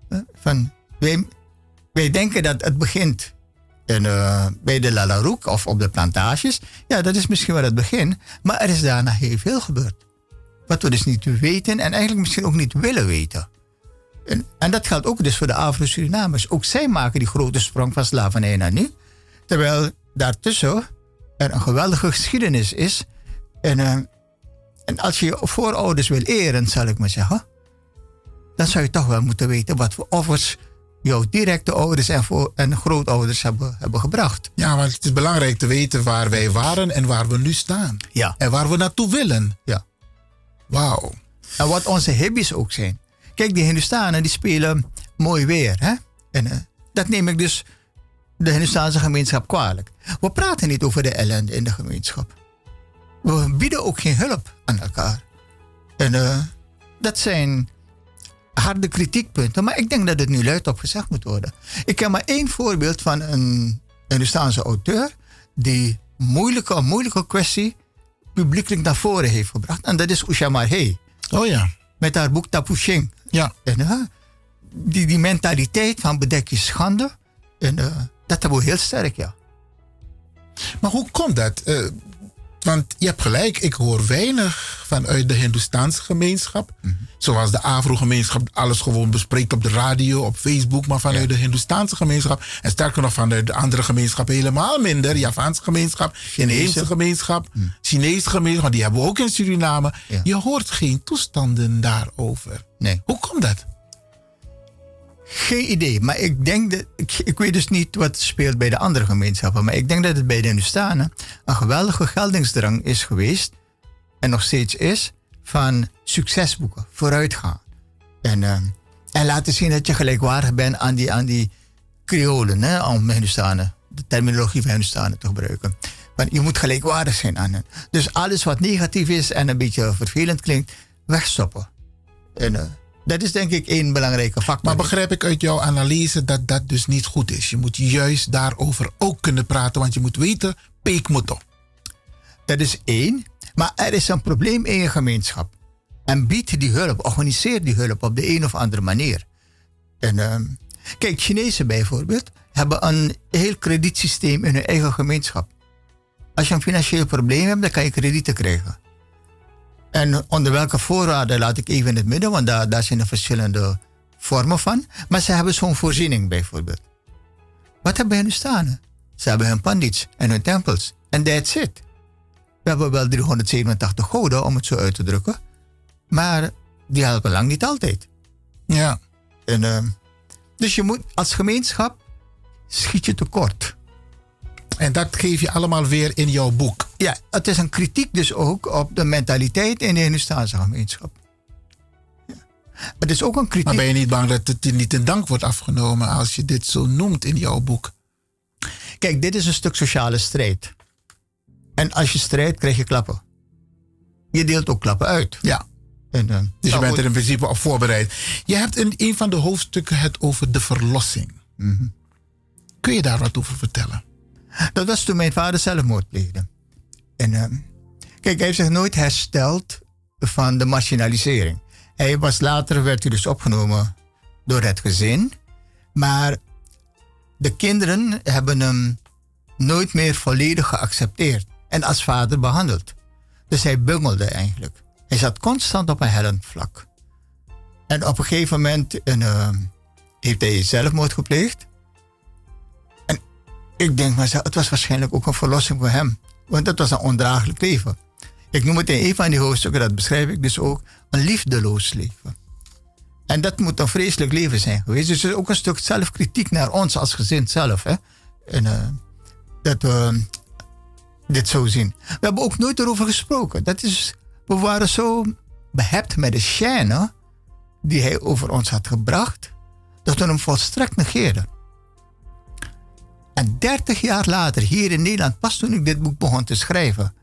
Wij denken dat het begint bij de Lalaroek of op de plantages. Ja, dat is misschien wel het begin. Maar er is daarna heel veel gebeurd. Wat we dus niet weten en eigenlijk misschien ook niet willen weten. En dat geldt ook dus voor de Afro-Surinamers. Ook zij maken die grote sprong van slavernij naar nu. Terwijl daartussen er een geweldige geschiedenis is. En als je je voorouders wil eren, zal ik maar zeggen, dan zou je toch wel moeten weten wat voor offers jouw directe ouders en grootouders hebben gebracht. Ja, maar het is belangrijk te weten waar wij waren en waar we nu staan. Ja. En waar we naartoe willen. Ja. Wauw. En wat onze hobby's ook zijn. Kijk, die Hindoestanen die spelen mooi weer. Hè? En dat neem ik dus de Hindoestaanse gemeenschap kwalijk. We praten niet over de ellende in de gemeenschap. We bieden ook geen hulp aan elkaar. En dat zijn harde kritiekpunten. Maar ik denk dat het nu luidop gezegd moet worden. Ik ken maar één voorbeeld van een Hindoestaanse auteur die een moeilijke kwestie publiekelijk naar voren heeft gebracht. En dat is Usha Marhey. Oh ja. Met haar boek Tapu Ching. Ja. En die mentaliteit van bedek je schande. En dat hebben we heel sterk, ja. Maar hoe komt dat? Want je hebt gelijk, ik hoor weinig vanuit de Hindoestaanse gemeenschap. Zoals de Afro-gemeenschap alles gewoon bespreekt op de radio, op Facebook. Maar vanuit de Hindoestaanse gemeenschap, en sterker nog vanuit de andere gemeenschappen helemaal minder. Javaanse gemeenschap, Inheemse gemeenschap, Chinese gemeenschap. Maar die hebben we ook in Suriname. Ja. Je hoort geen toestanden daarover. Nee. Hoe komt dat? Geen idee, maar ik denk dat... Ik weet dus niet wat speelt bij de andere gemeenschappen. Maar ik denk dat het bij de Hindoestanen een geweldige geldingsdrang is geweest. En nog steeds is. Van succesboeken, vooruitgaan. En laten zien dat je gelijkwaardig bent aan die Creolen. Hè, om Hindoestanen, de terminologie van Hindoestanen te gebruiken. Want je moet gelijkwaardig zijn aan hen. Dus alles wat negatief is en een beetje vervelend klinkt, wegstoppen. En... dat is denk ik één belangrijke factor. Maar begrijp ik uit jouw analyse dat dat dus niet goed is? Je moet juist daarover ook kunnen praten, want je moet weten, peekmotto. Dat is één. Maar er is een probleem in je gemeenschap. En bied die hulp, organiseer die hulp op de een of andere manier. En kijk, Chinezen bijvoorbeeld hebben een heel kredietsysteem in hun eigen gemeenschap. Als je een financieel probleem hebt, dan kan je kredieten krijgen. En onder welke voorwaarden laat ik even in het midden, want daar zijn er verschillende vormen van. Maar ze hebben zo'n voorziening bijvoorbeeld. Wat hebben hun staan? Ze hebben hun pandits en hun tempels. En that's it. We hebben wel 387 goden, om het zo uit te drukken. Maar die helpen lang niet altijd. Ja. En, dus je moet als gemeenschap schiet je tekort. En dat geef je allemaal weer in jouw boek. Ja, het is een kritiek dus ook op de mentaliteit in de Hindoestaanse gemeenschap. Ja. Het is ook een kritiek... Maar ben je niet bang dat het je niet in dank wordt afgenomen als je dit zo noemt in jouw boek? Kijk, dit is een stuk sociale strijd. En als je strijdt, krijg je klappen. Je deelt ook klappen uit. Ja. En, dus je bent er in principe op voorbereid. Je hebt in een van de hoofdstukken het over de verlossing. Mm-hmm. Kun je daar wat over vertellen? Dat was toen mijn vader zelfmoord pleegde. En kijk, hij heeft zich nooit hersteld van de marginalisering. Later werd hij dus opgenomen door het gezin. Maar de kinderen hebben hem nooit meer volledig geaccepteerd. En als vader behandeld. Dus hij bungelde eigenlijk. Hij zat constant op een hellend vlak. En op een gegeven moment heeft hij zelfmoord gepleegd. Ik denk maar, het was waarschijnlijk ook een verlossing voor hem. Want dat was een ondraaglijk leven. Ik noem het in een van die hoofdstukken, dat beschrijf ik dus ook, een liefdeloos leven. En dat moet een vreselijk leven zijn geweest. Dus er is ook een stuk zelfkritiek naar ons als gezin zelf. Hè? En dat we dit zo zien. We hebben ook nooit erover gesproken. We waren zo behept met de chaîne die hij over ons had gebracht, dat we hem volstrekt negeerden. En 30 jaar later, hier in Nederland, pas toen ik dit boek begon te schrijven,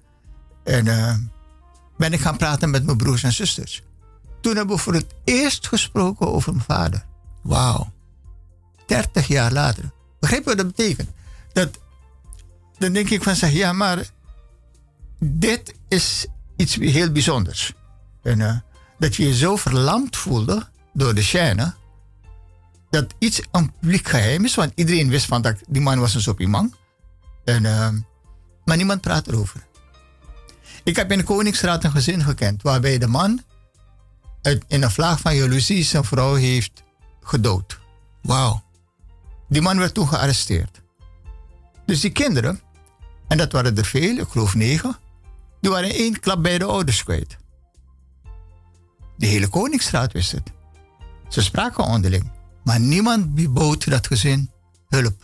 ben ik gaan praten met mijn broers en zusters. Toen hebben we voor het eerst gesproken over mijn vader. Wauw. 30 jaar later. Begrijp je wat dat betekent? Dan denk ik van zeg, ja, maar dit is iets heel bijzonders. En dat je je zo verlamd voelde door de chaîne, dat iets een publiek geheim is, want iedereen wist van dat die man was een soppie-man. Maar niemand praat erover. Ik heb in de Koningsraad een gezin gekend, waarbij de man in een vlaag van jaloezie zijn vrouw heeft gedood. Wauw. Die man werd toen gearresteerd. Dus die kinderen, en dat waren er veel, ik geloof 9, die waren in één klap bij de ouders kwijt. De hele Koningsraad wist het. Ze spraken onderling. Maar niemand bood dat gezin hulp.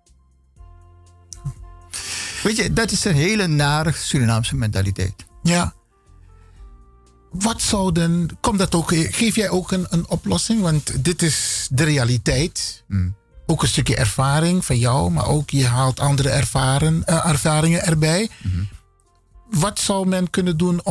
Weet je, dat is een hele nare Surinaamse mentaliteit. Ja. Wat zou dan... Geef jij ook een oplossing? Want dit is de realiteit. Ook een stukje ervaring van jou, maar ook je haalt andere ervaringen erbij. Mm-hmm. Wat zou men kunnen doen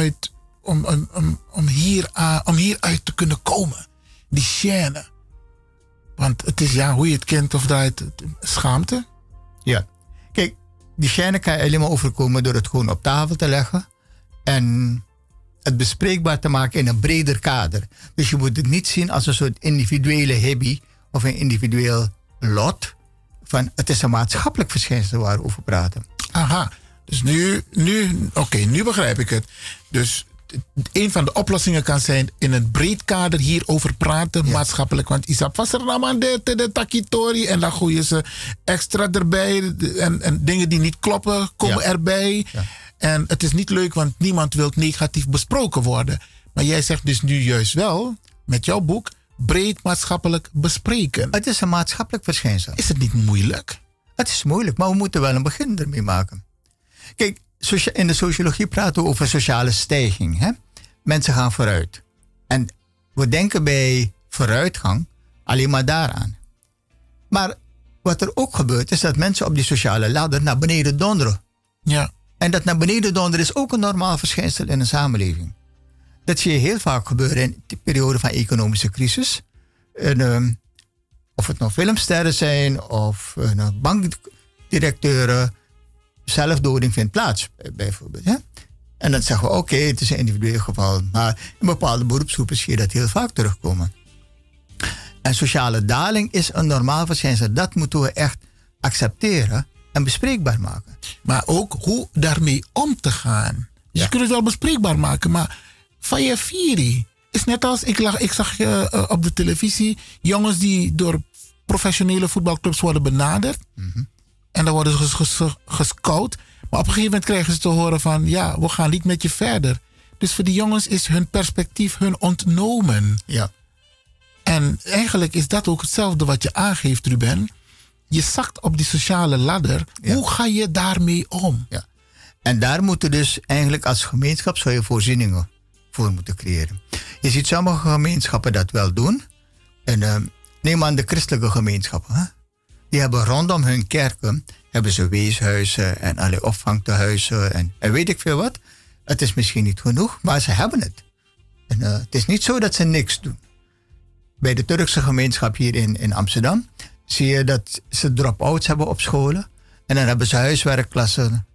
om hieruit te kunnen komen? Die chaîne. Want het is, ja, hoe je het kent of draait, schaamte. Ja. Kijk, die chaîne kan je alleen maar overkomen door het gewoon op tafel te leggen. En het bespreekbaar te maken in een breder kader. Dus je moet het niet zien als een soort individuele hobby of een individueel lot. Van, het is een maatschappelijk verschijnsel waar we over praten. Aha. Dus nu begrijp ik het. Dus een van de oplossingen kan zijn in een breed kader hierover praten, maatschappelijk. Want Isap was er nou aan de takitori en dan gooien ze extra erbij. En dingen die niet kloppen komen erbij. Ja. En het is niet leuk, want niemand wil negatief besproken worden. Maar jij zegt dus nu juist wel, met jouw boek, breed maatschappelijk bespreken. Het is een maatschappelijk verschijnsel. Is het niet moeilijk? Het is moeilijk, maar we moeten wel een begin ermee maken. Kijk, in de sociologie praten we over sociale stijging. Hè? Mensen gaan vooruit. En we denken bij vooruitgang alleen maar daaraan. Maar wat er ook gebeurt, is dat mensen op die sociale ladder naar beneden donderen. Ja. En dat naar beneden donderen is ook een normaal verschijnsel in een samenleving. Dat zie je heel vaak gebeuren in de periode van economische crisis. En, of het nou filmsterren zijn of bankdirecteuren. Zelfdoding vindt plaats, bijvoorbeeld. Hè? En dan zeggen we, oké, het is een individueel geval. Maar in bepaalde beroepsgroepen zie je dat heel vaak terugkomen. En sociale daling is een normaal verschijnsel. Dat moeten we echt accepteren en bespreekbaar maken. Maar ook hoe daarmee om te gaan. Dus je kunt het wel bespreekbaar maken, maar Fayafiri is net als, ik zag op de televisie jongens die door professionele voetbalclubs worden benaderd. Mm-hmm. En dan worden ze gescout. Maar op een gegeven moment krijgen ze te horen van, ja, we gaan niet met je verder. Dus voor die jongens is hun perspectief hun ontnomen. Ja. En eigenlijk is dat ook hetzelfde wat je aangeeft, Ruben. Je zakt op die sociale ladder. Ja. Hoe ga je daarmee om? Ja. En daar moeten dus eigenlijk als gemeenschap zou je voorzieningen voor moeten creëren. Je ziet sommige gemeenschappen dat wel doen. En neem aan de christelijke gemeenschappen. Hè? Die hebben rondom hun kerken hebben ze weeshuizen en allerlei opvangtehuizen en weet ik veel wat. Het is misschien niet genoeg, maar ze hebben het. En het is niet zo dat ze niks doen. Bij de Turkse gemeenschap hier in Amsterdam zie je dat ze drop-outs hebben op scholen. En dan hebben ze huiswerkklassen.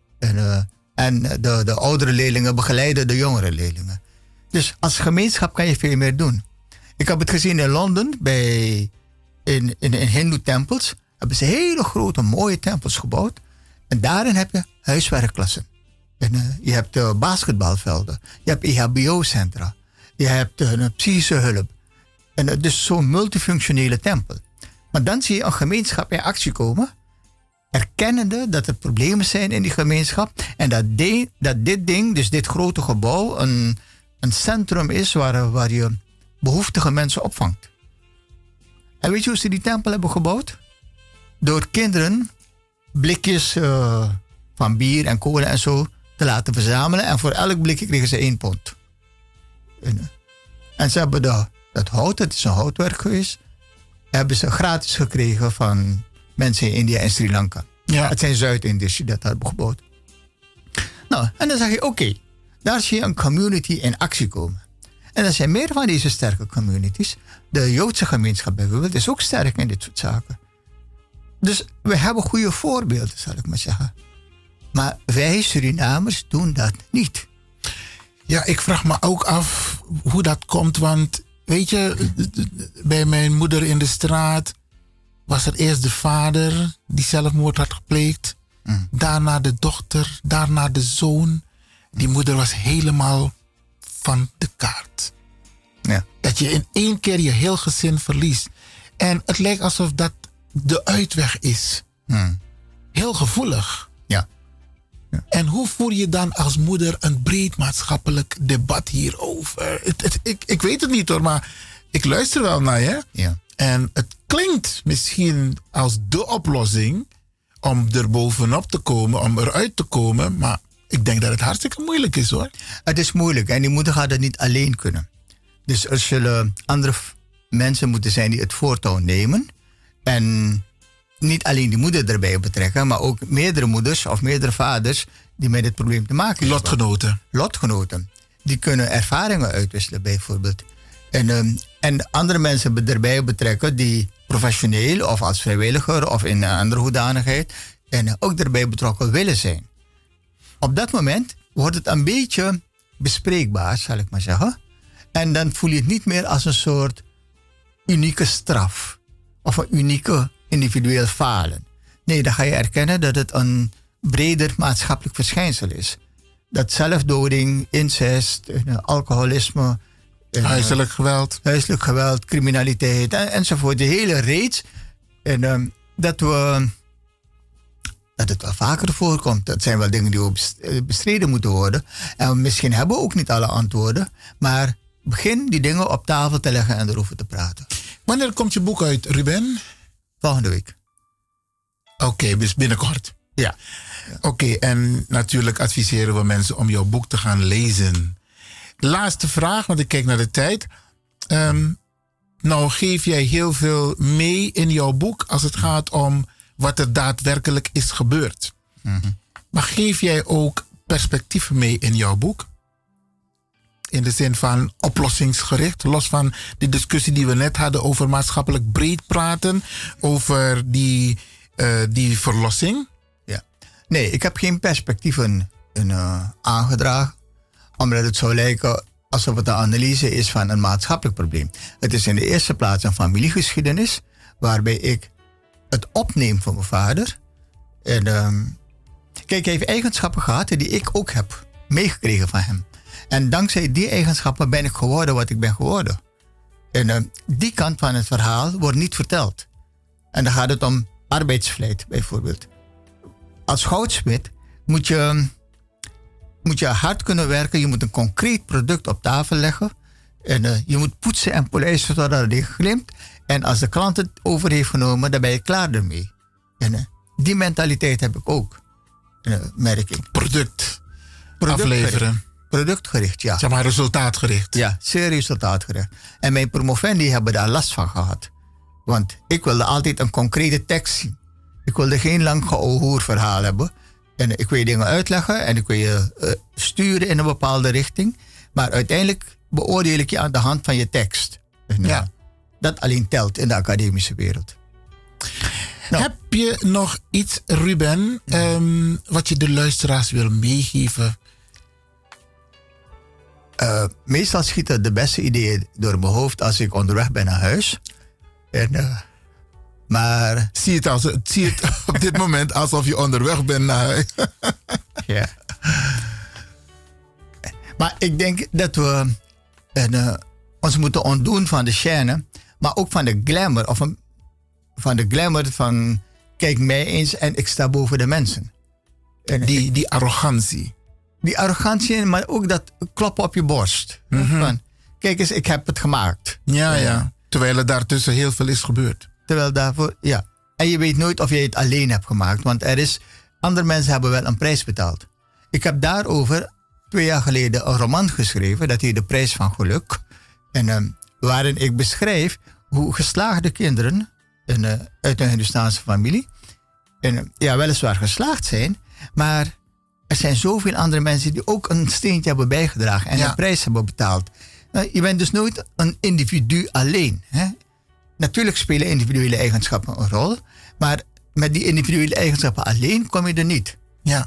En de oudere leerlingen begeleiden de jongere leerlingen. Dus als gemeenschap kan je veel meer doen. Ik heb het gezien in Londen, in hindoe-tempels. Hebben ze hele grote, mooie tempels gebouwd. En daarin heb je huiswerkklassen. En, je hebt basketbalvelden. Je hebt EHBO-centra. Je hebt psychische hulp. En dus zo'n multifunctionele tempel. Maar dan zie je een gemeenschap in actie komen. Erkennende dat er problemen zijn in die gemeenschap. En dat dit ding, dus dit grote gebouw, een centrum is waar je behoeftige mensen opvangt. En weet je hoe ze die tempel hebben gebouwd? Door kinderen blikjes van bier en cola en zo te laten verzamelen. En voor elk blikje kregen ze 1 pond. En ze hebben dat hout, het is een houtwerk geweest, hebben ze gratis gekregen van mensen in India en Sri Lanka. Ja. Het zijn Zuid-Indiërs die dat hebben gebouwd. Nou, en dan zeg je, oké, daar zie je een community in actie komen. En er zijn meer van deze sterke communities. De Joodse gemeenschap bijvoorbeeld is ook sterk in dit soort zaken. Dus we hebben goede voorbeelden, zal ik maar zeggen. Maar wij Surinamers doen dat niet. Ja, ik vraag me ook af hoe dat komt. Want weet je, bij mijn moeder in de straat was er eerst de vader die zelfmoord had gepleegd. Daarna de dochter, daarna de zoon. Die moeder was helemaal van de kaart. Ja. Dat je in 1 keer je heel gezin verliest. En het lijkt alsof dat de uitweg is. Heel gevoelig. Ja. Ja. En hoe voer je dan als moeder een breed maatschappelijk debat hierover? Ik weet het niet hoor, maar ik luister wel naar je. Ja. En het klinkt misschien als de oplossing om er bovenop te komen, om eruit te komen. Maar ik denk dat het hartstikke moeilijk is hoor. Het is moeilijk en die moeder gaat het niet alleen kunnen. Dus er zullen andere mensen moeten zijn die het voortouw nemen. En niet alleen die moeder erbij betrekken, maar ook meerdere moeders of meerdere vaders die met dit probleem te maken hebben. Lotgenoten. Die kunnen ervaringen uitwisselen bijvoorbeeld. En andere mensen erbij betrekken die professioneel of als vrijwilliger of in een andere hoedanigheid en ook erbij betrokken willen zijn. Op dat moment wordt het een beetje bespreekbaar, zal ik maar zeggen. En dan voel je het niet meer als een soort unieke straf. Of een unieke individueel falen. Nee, dan ga je erkennen dat het een breder maatschappelijk verschijnsel is. Dat zelfdoding, incest, alcoholisme, huiselijk geweld, criminaliteit enzovoort. De hele reeks. En dat het wel vaker voorkomt. Dat zijn wel dingen die bestreden moeten worden. En misschien hebben we ook niet alle antwoorden. Maar begin die dingen op tafel te leggen en erover te praten. Wanneer komt je boek uit, Ruben? Volgende week. Oké, dus binnenkort. Ja. Oké, en natuurlijk adviseren we mensen om jouw boek te gaan lezen. Laatste vraag, want ik kijk naar de tijd. Nou geef jij heel veel mee in jouw boek als het gaat om wat er daadwerkelijk is gebeurd. Mm-hmm. Maar geef jij ook perspectieven mee in jouw boek? In de zin van oplossingsgericht, los van die discussie die we net hadden over maatschappelijk breed praten, over die verlossing? Ja. Nee, ik heb geen perspectieven aangedragen, omdat het zou lijken alsof het een analyse is van een maatschappelijk probleem. Het is in de eerste plaats een familiegeschiedenis, waarbij ik het opneem van mijn vader. En kijk, hij heeft eigenschappen gehad die ik ook heb meegekregen van hem. En dankzij die eigenschappen ben ik geworden wat ik ben geworden. En die kant van het verhaal wordt niet verteld. En dan gaat het om arbeidsvlijt bijvoorbeeld. Als goudsmid moet je hard kunnen werken. Je moet een concreet product op tafel leggen. En je moet poetsen en polijsten totdat het glimt. En als de klant het over heeft genomen, dan ben je klaar ermee. En die mentaliteit heb ik ook. Merk ik. Product afleveren. Productgericht, ja. Zeg maar resultaatgericht. Ja, zeer resultaatgericht. En mijn promovendi hebben daar last van gehad. Want ik wilde altijd een concrete tekst zien. Ik wilde geen lang geoorhoer verhaal hebben. En ik wil je dingen uitleggen en ik wil je sturen in een bepaalde richting. Maar uiteindelijk beoordeel ik je aan de hand van je tekst. En, ja. Dat alleen telt in de academische wereld. Nou. Heb je nog iets, Ruben, wat je de luisteraars wil meegeven? Meestal schieten de beste ideeën door mijn hoofd als ik onderweg ben naar huis. En, maar... Zie het op dit moment alsof je onderweg bent naar huis. Ja. Maar ik denk dat we ons moeten ontdoen van de chaîne, maar ook van de glamour. Van de glamour van kijk mij eens en ik sta boven de mensen. En die arrogantie. Die arrogantie, maar ook dat kloppen op je borst. Mm-hmm. Van, kijk eens, ik heb het gemaakt. Ja. Terwijl er daartussen heel veel is gebeurd. Terwijl daarvoor, ja. En je weet nooit of je het alleen hebt gemaakt. Want andere mensen hebben wel een prijs betaald. Ik heb daarover 2 jaar geleden een roman geschreven. Dat heet De Prijs van Geluk. En waarin ik beschrijf hoe geslaagde kinderen uit een Hindoestaanse familie weliswaar geslaagd zijn, maar er zijn zoveel andere mensen die ook een steentje hebben bijgedragen en een prijs hebben betaald. Nou, je bent dus nooit een individu alleen. Hè? Natuurlijk spelen individuele eigenschappen een rol, maar met die individuele eigenschappen alleen kom je er niet. Ja.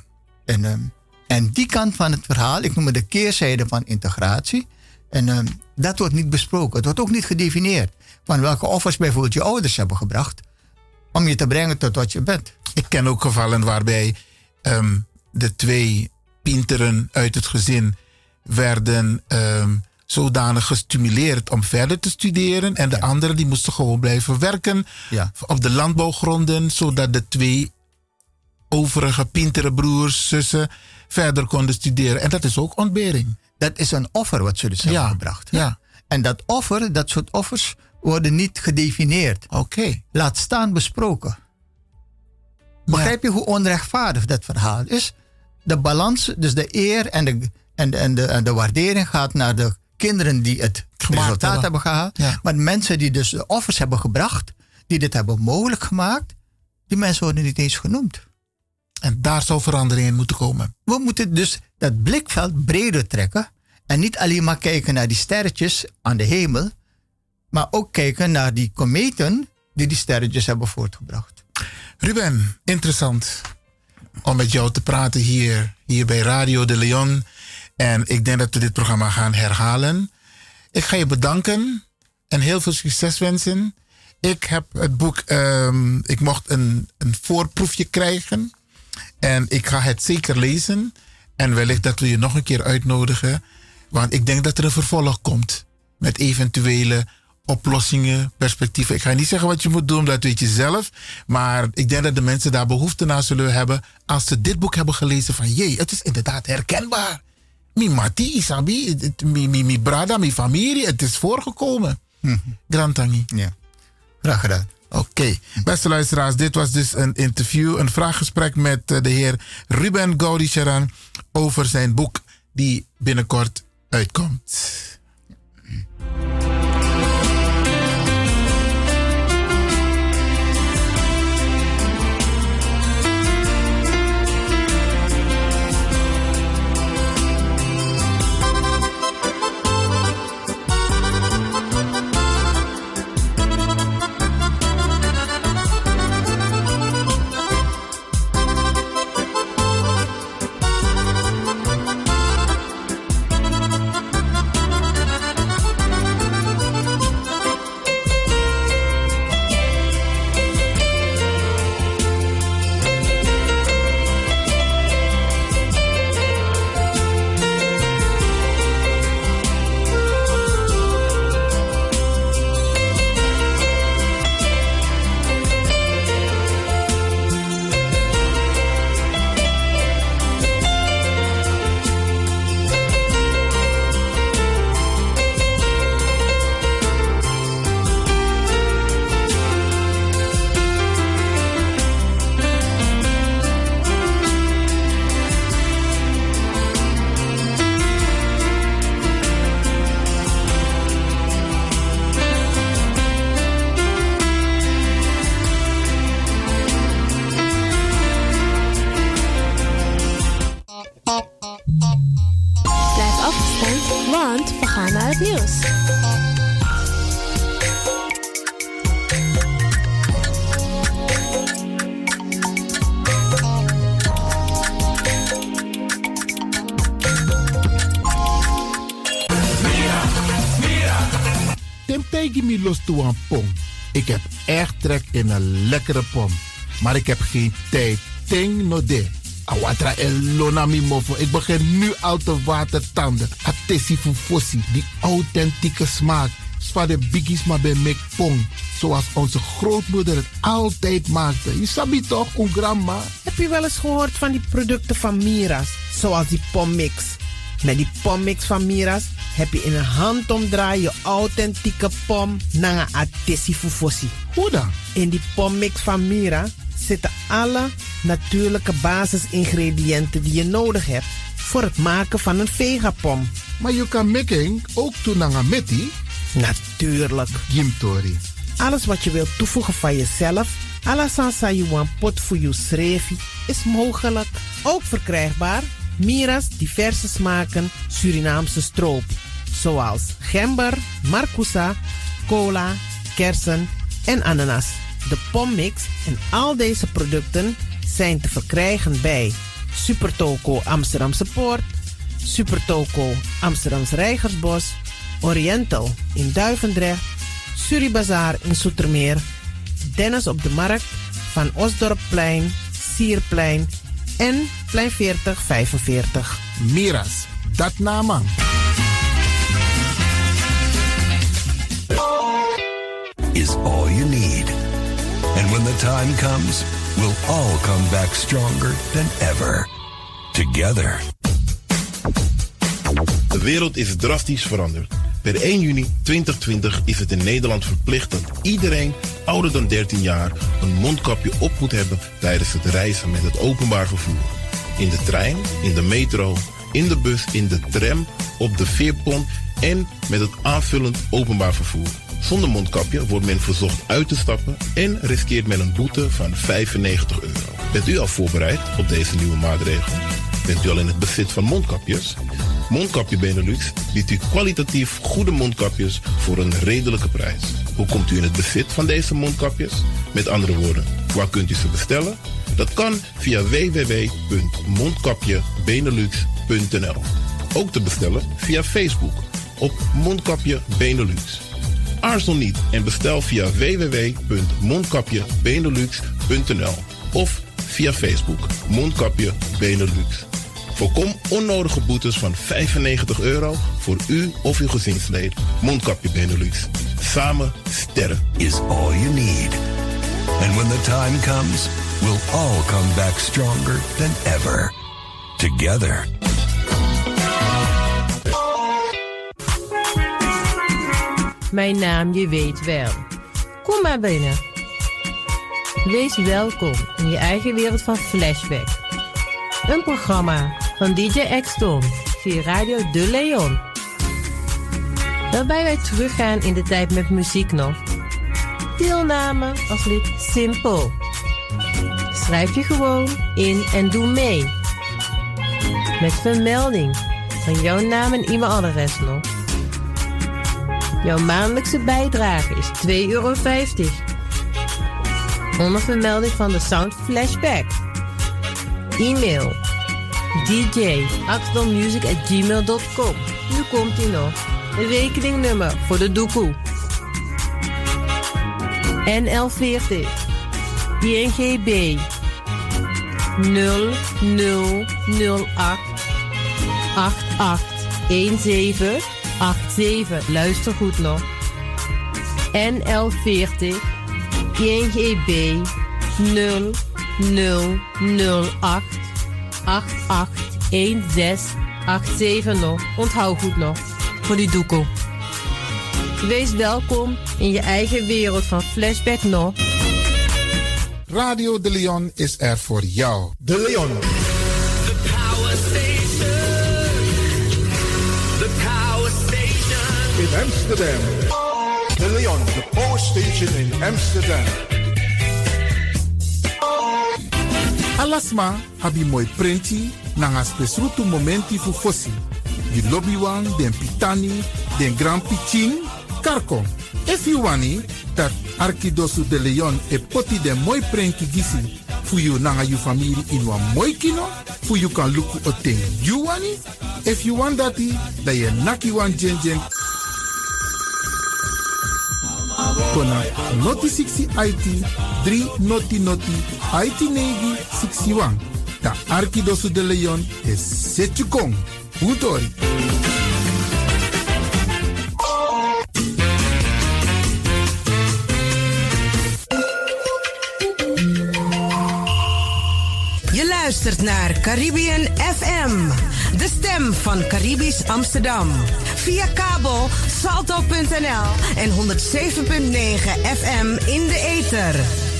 En die kant van het verhaal, ik noem het de keerzijde van integratie, en dat wordt niet besproken. Het wordt ook niet gedefinieerd van welke offers bijvoorbeeld je ouders hebben gebracht om je te brengen tot wat je bent. Ik ken ook gevallen waarbij de 2 pinteren uit het gezin werden zodanig gestimuleerd om verder te studeren. En de anderen die moesten gewoon blijven werken op de landbouwgronden, zodat de 2 overige pintere broers, zussen verder konden studeren. En dat is ook ontbering. Dat is een offer wat ze dus hebben gebracht. Hè? Ja. En dat soort offers worden niet gedefinieerd. Oké. Laat staan besproken. Begrijp je hoe onrechtvaardig dat verhaal is? De balans, dus de eer en de waardering gaat naar de kinderen die het resultaat hebben gehaald. Ja. Maar de mensen die dus de offers hebben gebracht, die dit hebben mogelijk gemaakt, die mensen worden niet eens genoemd. En daar zou verandering in moeten komen. We moeten dus dat blikveld breder trekken en niet alleen maar kijken naar die sterretjes aan de hemel, maar ook kijken naar die kometen die sterretjes hebben voortgebracht. Ruben, interessant om met jou te praten hier bij Radio de Leon. En ik denk dat we dit programma gaan herhalen. Ik ga je bedanken en heel veel succes wensen. Ik heb het boek, ik mocht een voorproefje krijgen. En ik ga het zeker lezen. En wellicht dat we je nog een keer uitnodigen. Want ik denk dat er een vervolg komt. Met eventuele oplossingen, perspectieven. Ik ga niet zeggen wat je moet doen, dat weet je zelf. Maar ik denk dat de mensen daar behoefte naar zullen hebben. Als ze dit boek hebben gelezen van jee, het is inderdaad herkenbaar. Mi mati, isabi, mi brada, mi familie. Het is voorgekomen. Grantangi. Ja, graag gedaan. Oké. Beste luisteraars, dit was dus een interview, een vraaggesprek met de heer Ruben Gaudi-Charan over zijn boek die binnenkort uitkomt. Ik heb echt trek in een lekkere pom. Maar ik heb geen tijd. Ting no de. Awatra elonami mofo. Ik begin nu al te watertanden. Atesi fufosi. Die authentieke smaak. Zwa de biggies maar bij mek pong. Zoals onze grootmoeder het altijd maakte. Je sabi toch, een grandma? Heb je wel eens gehoord van die producten van Mira's? Zoals die pommix. Met die pommix van Mira's heb je in een handomdraai je authentieke pom naar een atesi fufosi. Hoe dan? In die pommix van Mira zitten alle natuurlijke basisingrediënten die je nodig hebt voor het maken van een vegapom. Maar je kan making ook doen naar een meti? Natuurlijk. Gimtori. Alles wat je wilt toevoegen van jezelf, alla sansa you want pot voor je srefi, is mogelijk. Ook verkrijgbaar Mira's diverse smaken Surinaamse stroop. Zoals gember, marcousa, cola, kersen en ananas. De pommix en al deze producten zijn te verkrijgen bij Supertoco Amsterdamse Poort, Supertoco Amsterdamse Reigersbos, Oriental in Duivendrecht, Suribazaar in Zoetermeer, Dennis op de Markt, Van Osdorpplein, Sierplein en Plein 4045. Mira's, dat naam. Is all you need. And when the time comes, we'll all come back stronger than ever. Together. De wereld is drastisch veranderd. Per 1 juni 2020 is het in Nederland verplicht dat iedereen ouder dan 13 jaar een mondkapje op moet hebben tijdens het reizen met het openbaar vervoer. In de trein, in de metro, in de bus, in de tram, op de veerpont en met het aanvullend openbaar vervoer. Zonder mondkapje wordt men verzocht uit te stappen en riskeert men een boete van €95. Bent u al voorbereid op deze nieuwe maatregel? Bent u al in het bezit van mondkapjes? Mondkapje Benelux biedt u kwalitatief goede mondkapjes voor een redelijke prijs. Hoe komt u in het bezit van deze mondkapjes? Met andere woorden, waar kunt u ze bestellen? Dat kan via www.mondkapjebenelux.nl. Ook te bestellen via Facebook op Mondkapje Benelux. Aarzel niet en bestel via www.mondkapjebenelux.nl of via Facebook. Mondkapje Benelux. Voorkom onnodige boetes van €95 voor u of uw gezinslid. Mondkapje Benelux. Samen sterren. Is all you need. And when the time comes, we'll all come back stronger than ever. Together. Mijn naam, je weet wel. Kom maar binnen. Wees welkom in je eigen wereld van Flashback. Een programma van DJ X-Ton via Radio De Leon. Waarbij wij teruggaan in de tijd met muziek nog. Deelname als lid simpel. Schrijf je gewoon in en doe mee. Met vermelding van jouw naam en e-mailadres nog. Jouw maandelijkse bijdrage is €2,50. Onder vermelding van de Sound Flashback. E-mail dj@axdommusic@gmail.com. Nu komt ie nog. De rekeningnummer voor de doekoe. NL40 INGB 0008 881787. Luister goed nog. NL40 INGB 0008 881687 nog. Onthoud goed nog. Voor die doekoe. Wees welkom in je eigen wereld van Flashback nog. Radio De Leon is er voor jou. De Leon. The Power Station. The Power Station. In Amsterdam. De Leon, the Power Station in Amsterdam. Alasma abi mooi prenti nanga spesrutu momenti fu fossi. Die lobbywan, den pitani, den grand pitching, karko. If you wani, dat Arkidosu de Leon e poti den mooi prenti gisi fu you nanga you familie in wan mooi kino, fu you kan luku o ting you wani. If you want dati, da ye naki wan jen jen. Kona noti 60 IT 3 noti IT negi 61. Da Arkidosu de Leon is setjukong. Utori. Je luistert naar Caribbean FM, de stem van Caribisch Amsterdam. Via kabel salto.nl en 107.9 FM in de ether.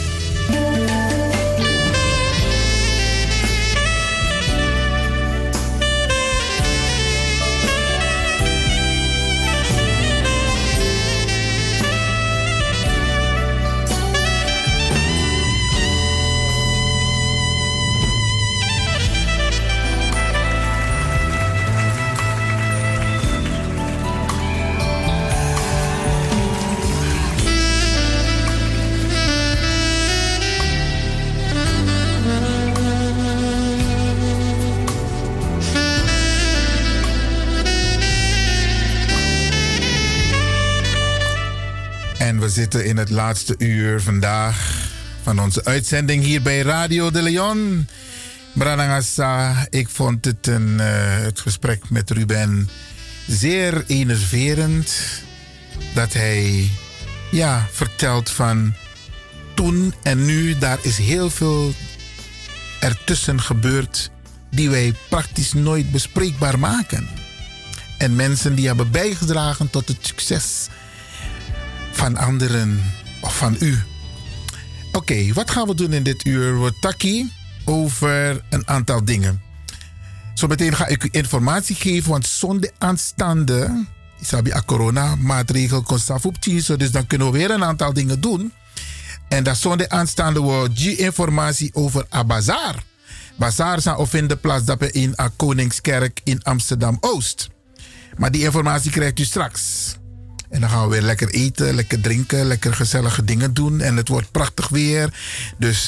We zitten in het laatste uur vandaag van onze uitzending hier bij Radio De Leon. Branagasa, ik vond het gesprek met Ruben zeer enerverend. Dat hij vertelt van toen en nu, daar is heel veel ertussen gebeurd die wij praktisch nooit bespreekbaar maken. En mensen die hebben bijgedragen tot het succes van anderen of van u. Oké, wat gaan we doen in dit uur? We taki over een aantal dingen. Zometeen ga ik u informatie geven, want zondag aanstaande isabi a corona maatregel consafupti, dus dan kunnen we weer een aantal dingen doen. En dat zondag aanstaande wordt informatie over a bazaar. Bazaar zou vinden plaats dat we in a Koningskerk in Amsterdam Oost. Maar die informatie krijgt u straks. En dan gaan we weer lekker eten, lekker drinken, lekker gezellige dingen doen. En het wordt prachtig weer. Dus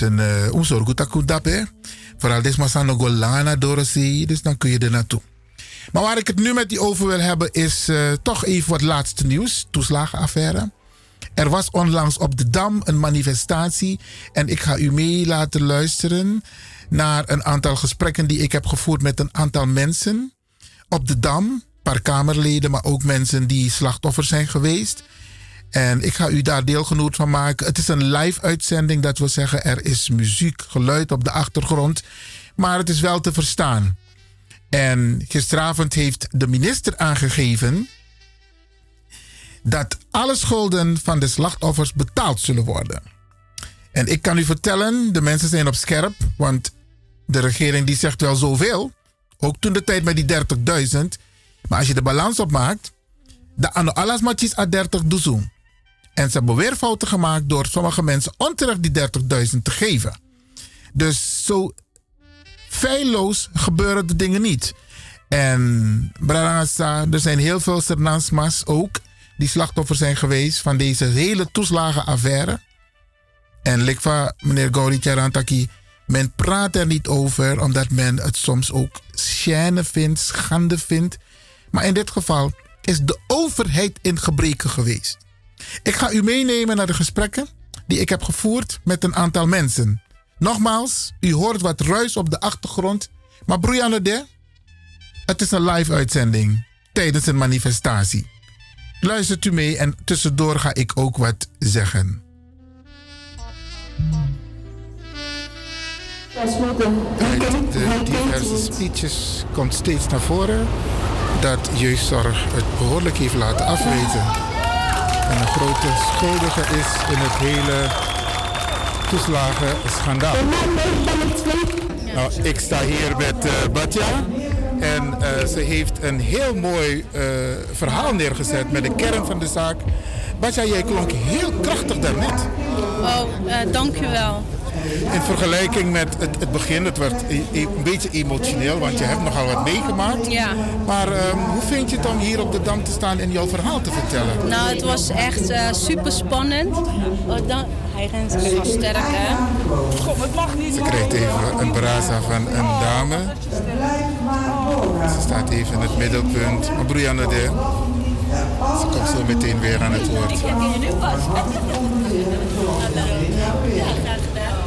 vooral dit maar aan Golana Dorothy. Dus dan kun je er naartoe. Maar waar ik het nu met u over wil hebben is toch even wat laatste nieuws. Toeslagenaffaire. Er was onlangs op de Dam een manifestatie en ik ga u mee laten luisteren naar een aantal gesprekken die ik heb gevoerd met een aantal mensen op de Dam. Een paar Kamerleden, maar ook mensen die slachtoffers zijn geweest. En ik ga u daar deelgenoot van maken. Het is een live uitzending, dat wil zeggen er is muziek, geluid op de achtergrond. Maar het is wel te verstaan. En gisteravond heeft de minister aangegeven dat alle schulden van de slachtoffers betaald zullen worden. En ik kan u vertellen, de mensen zijn op scherp, want de regering die zegt wel zoveel. Ook toen de tijd met die 30.000. Maar als je de balans opmaakt, de ano alles matjes à 30 doezoen. En ze hebben weer fouten gemaakt door sommige mensen onterecht die 30.000 te geven. Dus zo feilloos gebeuren de dingen niet. En Brarangasa, er zijn heel veel Sernansmas ook die slachtoffer zijn geweest van deze hele toeslagenaffaire. En likva meneer Gauri Tjarantaki, men praat er niet over omdat men het soms ook schande vindt, schande vindt. Maar in dit geval is de overheid in gebreken geweest. Ik ga u meenemen naar de gesprekken die ik heb gevoerd met een aantal mensen. Nogmaals, u hoort wat ruis op de achtergrond. Maar broeianode, het is een live uitzending tijdens een manifestatie. Luistert u mee en tussendoor ga ik ook wat zeggen. Uit de diverse speeches komt steeds naar voren dat jeugdzorg het behoorlijk heeft laten afweten. En een grote schuldige is in het hele toeslagenschandaal. Nou, ik sta hier met Batja. En ze heeft een heel mooi verhaal neergezet met de kern van de zaak. Batja, jij klonk heel krachtig daarnet. Oh, dank u wel. In vergelijking met het begin, het werd een beetje emotioneel, want je hebt nogal wat meegemaakt. Ja. Maar hoe vind je het om hier op de Dam te staan en jouw verhaal te vertellen? Nou, het was echt super spannend. Hij rent zo sterk, hè? Kom, het mag niet. Ze krijgt even een braza van een dame. Ze staat even in het middelpunt. Maar broeianne de. Ze komt zo meteen weer aan het woord. Ik heb hier nu pas. Ja, graag gedaan.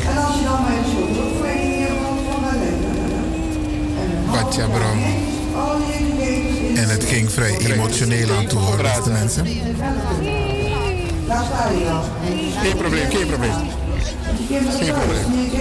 Batja Brown. En het ging vrij emotioneel aan toe, hoor, beste mensen. Geen probleem, geen probleem. Geen probleem.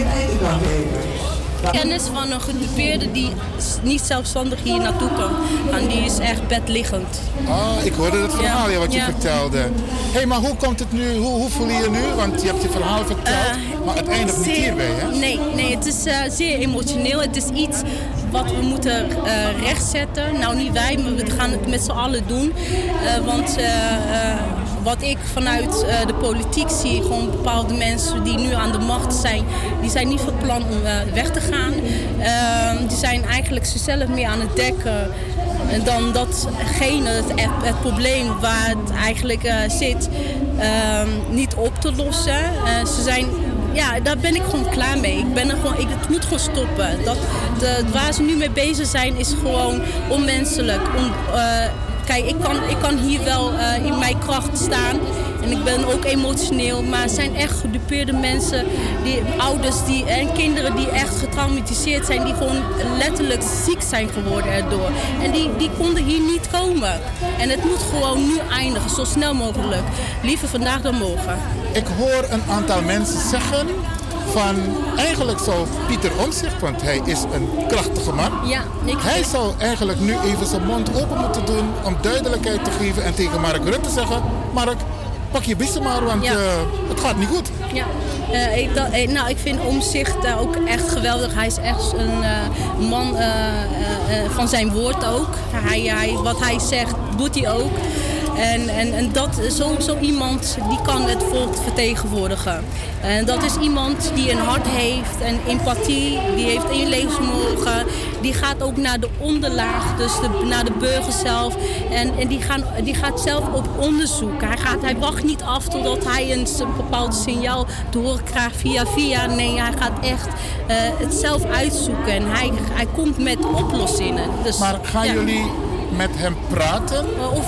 Kennis van een gedupeerde die niet zelfstandig hier naartoe kan. En die is echt bedliggend. Ah, ik hoorde het verhaal wat je vertelde. Hé, maar hoe komt het nu? Hoe voel je je nu? Want je hebt je verhaal verteld, maar het eindigt niet hierbij, hè? Nee, het is zeer emotioneel. Het is iets wat we moeten rechtzetten. Nou, niet wij, maar we gaan het met z'n allen doen. Want wat ik vanuit de politiek zie, gewoon bepaalde mensen die nu aan de macht zijn, die zijn niet van plan om weg te gaan. Die zijn eigenlijk zichzelf meer aan het dekken dan datgene, het probleem waar het eigenlijk zit, niet op te lossen. Ze zijn... Ja, daar ben ik gewoon klaar mee. Het moet gewoon stoppen. Waar ze nu mee bezig zijn is gewoon onmenselijk. Kijk, ik kan hier wel in mijn kracht staan. En ik ben ook emotioneel. Maar het zijn echt gedupeerde mensen. Ouders en kinderen die echt getraumatiseerd zijn. Die gewoon letterlijk ziek zijn geworden erdoor. En die konden hier niet komen. En het moet gewoon nu eindigen, zo snel mogelijk. Liever vandaag dan morgen. Ik hoor een aantal mensen zeggen van eigenlijk zou Pieter Omtzigt, want hij is een krachtige man. Ja, hij zou eigenlijk nu even zijn mond open moeten doen om duidelijkheid te geven en tegen Mark Rutte zeggen: Mark, pak je bissen maar, want het gaat niet goed. Ja, ik vind Omtzigt ook echt geweldig. Hij is echt een man van zijn woord ook. Wat hij zegt, doet hij ook. En zo iemand die kan het volk vertegenwoordigen. En dat is iemand die een hart heeft en empathie, die heeft inlevingsvermogen. Die gaat ook naar de onderlaag, dus naar de burger zelf. En die gaat zelf op onderzoek. Hij wacht niet af totdat hij een bepaald signaal te horen krijgt via. Nee, hij gaat echt het zelf uitzoeken. En hij komt met oplossingen. Dus, maar gaan jullie met hem praten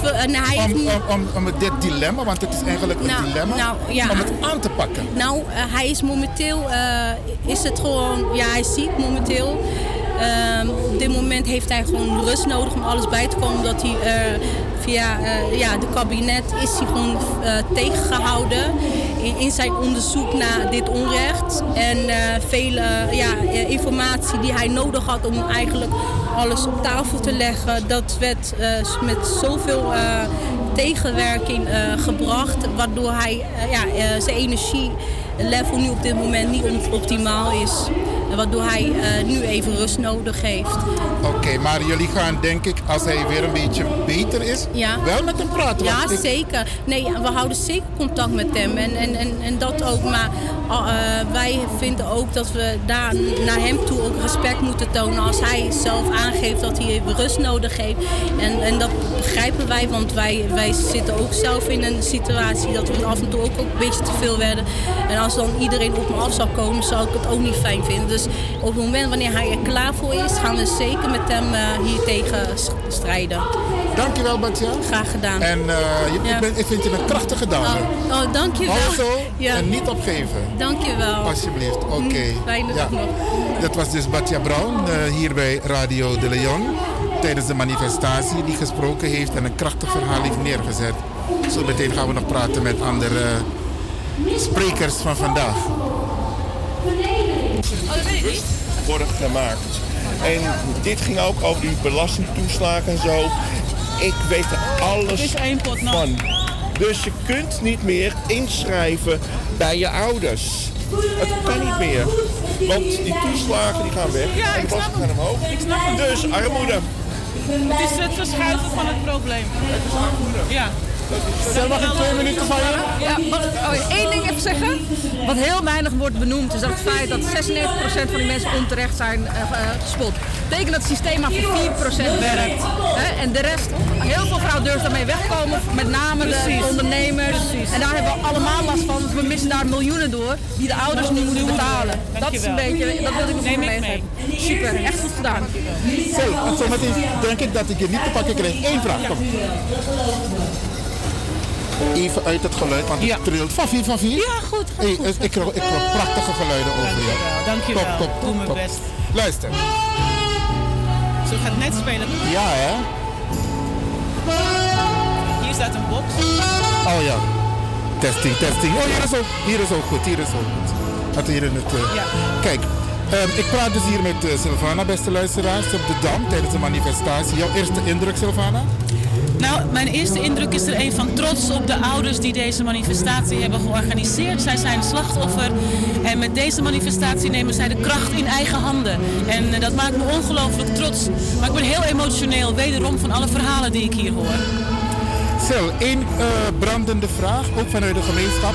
om dit dilemma, want het is eigenlijk een dilemma, om het aan te pakken? Nou, hij is momenteel, is het gewoon, hij is ziek momenteel. Op dit moment heeft hij gewoon rust nodig om alles bij te komen, omdat hij via de kabinet is hij gewoon tegengehouden in zijn onderzoek naar dit onrecht. En vele informatie die hij nodig had om eigenlijk alles op tafel te leggen, dat werd met zoveel tegenwerking gebracht, waardoor hij zijn energielevel nu op dit moment niet optimaal is. Waardoor hij nu even rust nodig heeft. Oké, maar jullie gaan denk ik, als hij weer een beetje beter is, wel met hem praten? Ja, zeker. Nee, we houden zeker contact met hem. En dat ook. Maar wij vinden ook dat we daar naar hem toe ook respect moeten tonen. Als hij zelf aangeeft dat hij even rust nodig heeft. En dat begrijpen wij, want wij zitten ook zelf in een situatie dat we af en toe ook een beetje te veel werden. En als dan iedereen op me af zou komen, zou ik het ook niet fijn vinden. Dus op het moment wanneer hij er klaar voor is, gaan we zeker met hem hier tegen strijden. Dankjewel, Batja. Graag gedaan. En ik vind je een krachtige dame. Oh, dankjewel. Hou zo en niet opgeven. Dankjewel. Alsjeblieft. Oké. Fijne dag nog. Dat was dus Batja Brown hier bij Radio de Leon. Tijdens de manifestatie die gesproken heeft en een krachtig verhaal heeft neergezet. Zo meteen gaan we nog praten met andere sprekers van vandaag. Worden gemaakt. En dit ging ook over die belastingtoeslagen en zo. Ik weet er alles van. Dus je kunt niet meer inschrijven bij je ouders. Het kan niet meer. Want die toeslagen die gaan weg en de belasting gaan omhoog. Dus armoede. Het is het verschuiven van het probleem. Het is armoede. Ja. Mag ik 2 minuten van je? Ja, mag ik één ding even zeggen? Wat heel weinig wordt benoemd is dat het feit dat 96% van die mensen onterecht zijn gespot. Dat betekent dat het systeem maar voor 4% werkt. Hè? En de rest, heel veel vrouwen durven daarmee wegkomen, met name de ondernemers. Precies. En daar hebben we allemaal last van, want we missen daar miljoenen door die de ouders nu moeten betalen. Dat is een beetje, dat wil ik nog meegeven. Super, echt goed gedaan. Zo meteen denk ik dat ik je niet te pakken krijg. Eén vraag, kom. Even uit het geluid, want het trilt. Van vier? Ja, goed. Ik krijg prachtige geluiden over je. Dankjewel. Top. Doe mijn best. Luister. Zo gaat net spelen. Ja, hè? Hier staat een box. Oh ja. Testing. Oh, hier is ook goed. Wat hier in het... Kijk, ik praat dus hier met Sylvana, beste luisteraars, op de Dam tijdens de manifestatie. Jouw eerste indruk, Sylvana? Nou, mijn eerste indruk is er een van trots op de ouders die deze manifestatie hebben georganiseerd. Zij zijn slachtoffer en met deze manifestatie nemen zij de kracht in eigen handen. En dat maakt me ongelooflijk trots. Maar ik ben heel emotioneel, wederom van alle verhalen die ik hier hoor. Sil, één brandende vraag, ook vanuit de gemeenschap.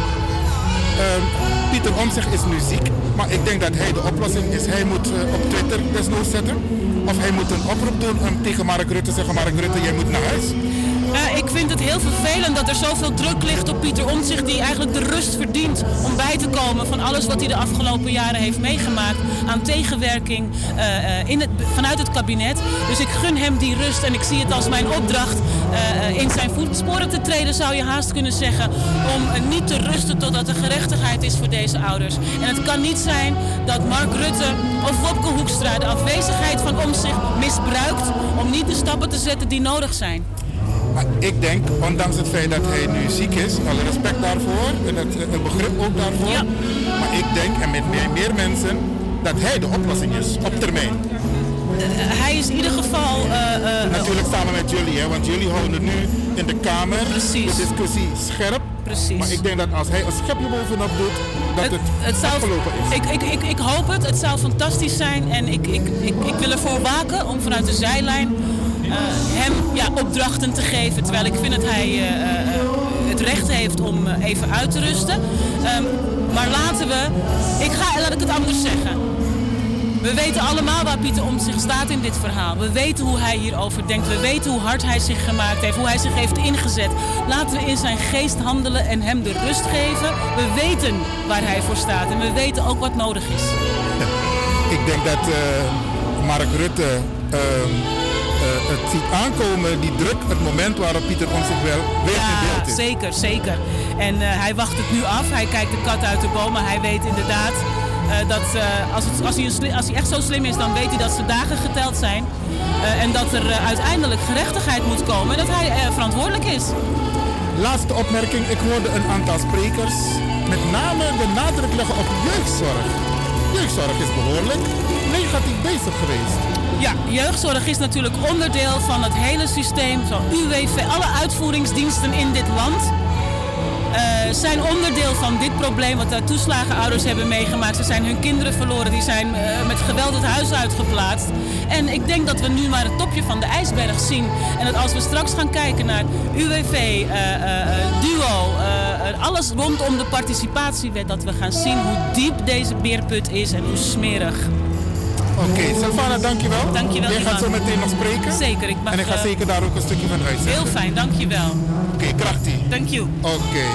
Pieter Omtzigt is nu ziek, maar ik denk dat hij de oplossing is. Hij moet op Twitter desnoods zetten. Of hij moet een oproep doen om tegen Mark Rutte te zeggen, Mark Rutte, jij moet naar huis. Ik vind het heel vervelend dat er zoveel druk ligt op Pieter Omtzigt, die eigenlijk de rust verdient om bij te komen van alles wat hij de afgelopen jaren heeft meegemaakt aan tegenwerking vanuit het kabinet. Dus ik gun hem die rust en ik zie het als mijn opdracht in zijn voetsporen te treden, zou je haast kunnen zeggen, om niet te rusten totdat er gerechtigheid is voor deze ouders. En het kan niet zijn dat Mark Rutte of Wopke Hoekstra de afwezigheid van Omtzigt misbruikt om niet de stappen te zetten die nodig zijn. Maar ik denk, ondanks het feit dat hij nu ziek is, alle respect daarvoor en het begrip ook daarvoor. Ja. Maar ik denk, en met meer mensen, dat hij de oplossing is, op termijn. Hij is in ieder geval... Natuurlijk samen met jullie, hè, want jullie houden nu in de Kamer de discussie scherp. Precies. Maar ik denk dat als hij een schepje bovenop doet, dat het afgelopen is. Ik hoop het. Het zou fantastisch zijn. En ik wil ervoor waken om vanuit de zijlijn hem opdrachten te geven. Terwijl ik vind dat hij het recht heeft om even uit te rusten. Maar laat ik het anders zeggen. We weten allemaal waar Pieter Omtzigt staat in dit verhaal. We weten hoe hij hierover denkt. We weten hoe hard hij zich gemaakt heeft. Hoe hij zich heeft ingezet. Laten we in zijn geest handelen en hem de rust geven. We weten waar hij voor staat. En we weten ook wat nodig is. Ik denk dat Mark Rutte het ziet aankomen, die druk, het moment waarop Pieter Omtzigt wel weer in beeld is. Zeker, zeker. En hij wacht het nu af. Hij kijkt de kat uit de boom, maar hij weet inderdaad dat als hij echt zo slim is, dan weet hij dat zijn dagen geteld zijn. En dat er uiteindelijk gerechtigheid moet komen en dat hij verantwoordelijk is. Laatste opmerking, ik hoorde een aantal sprekers met name de nadruk leggen op jeugdzorg. Jeugdzorg is behoorlijk negatief bezig geweest. Ja, jeugdzorg is natuurlijk onderdeel van het hele systeem van UWV. Alle uitvoeringsdiensten in dit land zijn onderdeel van dit probleem wat de toeslagenouders hebben meegemaakt. Ze zijn hun kinderen verloren, die zijn met geweld het huis uitgeplaatst. En ik denk dat we nu maar het topje van de ijsberg zien. En dat als we straks gaan kijken naar UWV, DUO, alles rondom de participatiewet, dat we gaan zien hoe diep deze beerput is en hoe smerig. Oké, Sylvana, dankjewel. Dankjewel. Jij gaat zo meteen nog spreken. Zeker. En ik ga zeker daar ook een stukje van uitzetten. Heel fijn, dankjewel. Oké, krachtig. Dank je. Oké.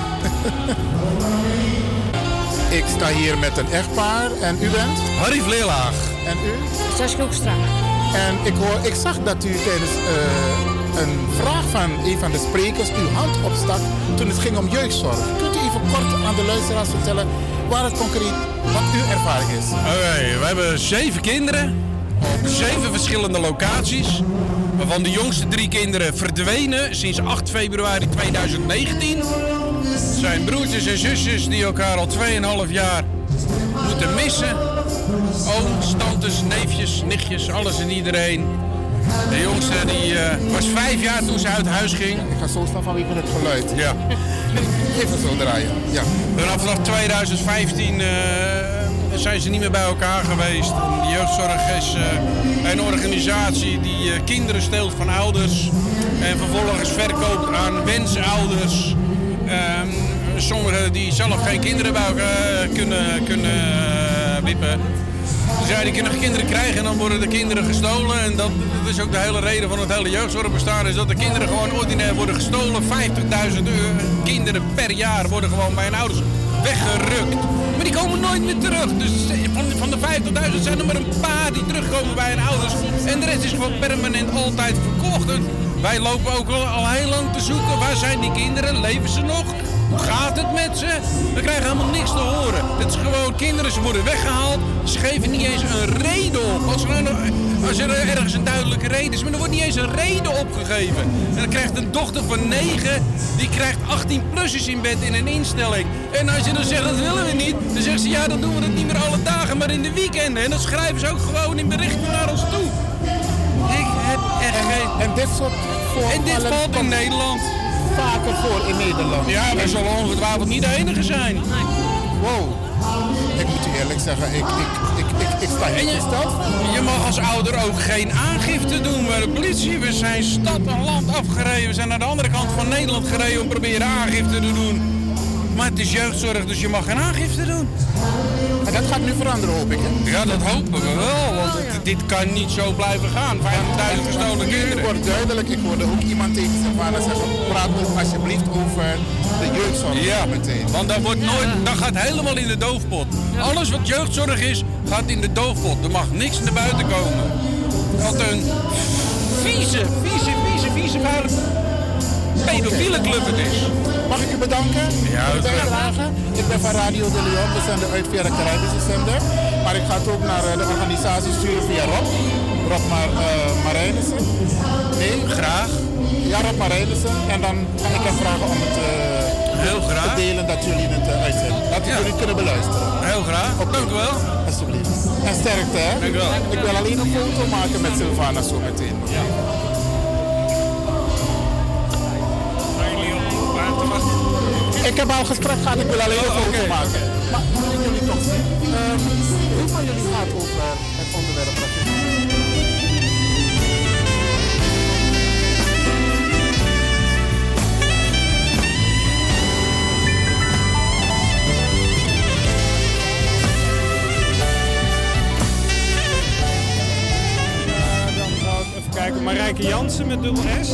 Ik sta hier met een echtpaar en u bent? Harry Vleerlaag. En u? Saskia Hoekstra. En ik zag dat u tijdens een vraag van een van de sprekers uw hand opstak toen het ging om jeugdzorg. Kunt u even kort aan de luisteraars vertellen waar het concreet, wat uw ervaring is? Oké, we hebben 7 kinderen op 7 verschillende locaties. Waarvan de jongste 3 kinderen verdwenen sinds 8 februari 2019. Het zijn broertjes en zusjes die elkaar al 2,5 jaar moeten missen. Ooms, tantes, neefjes, nichtjes, alles en iedereen. De jongste die was 5 jaar toen ze uit huis ging. Ik ga zo staan vanwege het geluid. Ja. Even zo draaien. Ja. Vanaf 2015 zijn ze niet meer bij elkaar geweest. De jeugdzorg is een organisatie die kinderen steelt van ouders. En vervolgens verkoopt aan wensouders. Sommigen die zelf geen kinderen bij elkaar kunnen wippen. Dus die kunnen geen kinderen krijgen en dan worden de kinderen gestolen. En dat is ook de hele reden van het hele jeugdzorgbestaan. Is dat de kinderen gewoon ordinair worden gestolen. 50.000 kinderen per jaar worden gewoon bij hun ouders weggerukt. Maar die komen nooit meer terug. Dus van de 50.000 zijn er maar een paar die terugkomen bij hun ouders. En de rest is gewoon permanent altijd verkocht. En wij lopen ook al heel lang te zoeken. Waar zijn die kinderen? Leven ze nog? Hoe gaat het met ze? We krijgen helemaal niks te horen. Het is gewoon kinderen, ze worden weggehaald. Ze geven niet eens een reden op. Als er ergens een duidelijke reden is, maar er wordt niet eens een reden opgegeven. En dan krijgt een dochter van 9, die krijgt 18-plussers in bed in een instelling. En als je dan zegt, dat willen we niet, dan zegt ze, ja, dan doen we dat niet meer alle dagen, maar in de weekenden. En dat schrijven ze ook gewoon in berichten naar ons toe. Ik heb echt geen... En dit soort En dit valt in Nederland. Vaker voor in Nederland. Ja, wij zullen ongetwijfeld niet de enige zijn. Wow. Ik moet je eerlijk zeggen, ik sta hier in stad. Je mag als ouder ook geen aangifte doen bij de politie. We zijn stad en land afgereden. We zijn naar de andere kant van Nederland gereden om proberen aangifte te doen. Maar het is jeugdzorg, dus je mag geen aangifte doen. Maar dat gaat nu veranderen, hoop ik, hè? Ja, dat hopen we wel, want dit kan niet zo blijven gaan. 50.000 gestolen kinderen. Het wordt duidelijk, ik hoorde ook iemand tegen Sylvana zeggen, praat ook alsjeblieft over de jeugdzorg. Ja, meteen. Want dat gaat helemaal in de doofpot. Alles wat jeugdzorg is, gaat in de doofpot. Er mag niks naar buiten komen. Wat een vieze vuile pedofiele club het is. Mag ik u bedanken voor de bijdrage? Ik ben van Radio de Leon, we zenden uit via de Caribische zender. Maar ik ga het ook naar de organisatie sturen via Rob Marijnissen. Nee? Graag. Ja, Rob Marijnissen. En dan ga ik hem vragen om het heel graag te delen dat jullie het uitzenden. Dat jullie kunnen beluisteren. Heel graag. Dank u wel. Alsjeblieft. En sterkte, hè? Dank u wel. Ik wil alleen een foto maken met Sylvana zo meteen. Ja. Ik heb al gesprek gehad, ik wil alleen een foto maken. Maar moet ik jullie toch zien? Wie van jullie gaat over het onderwerp praten? Dan zou ik even kijken, Marijke Jansen met dubbel S.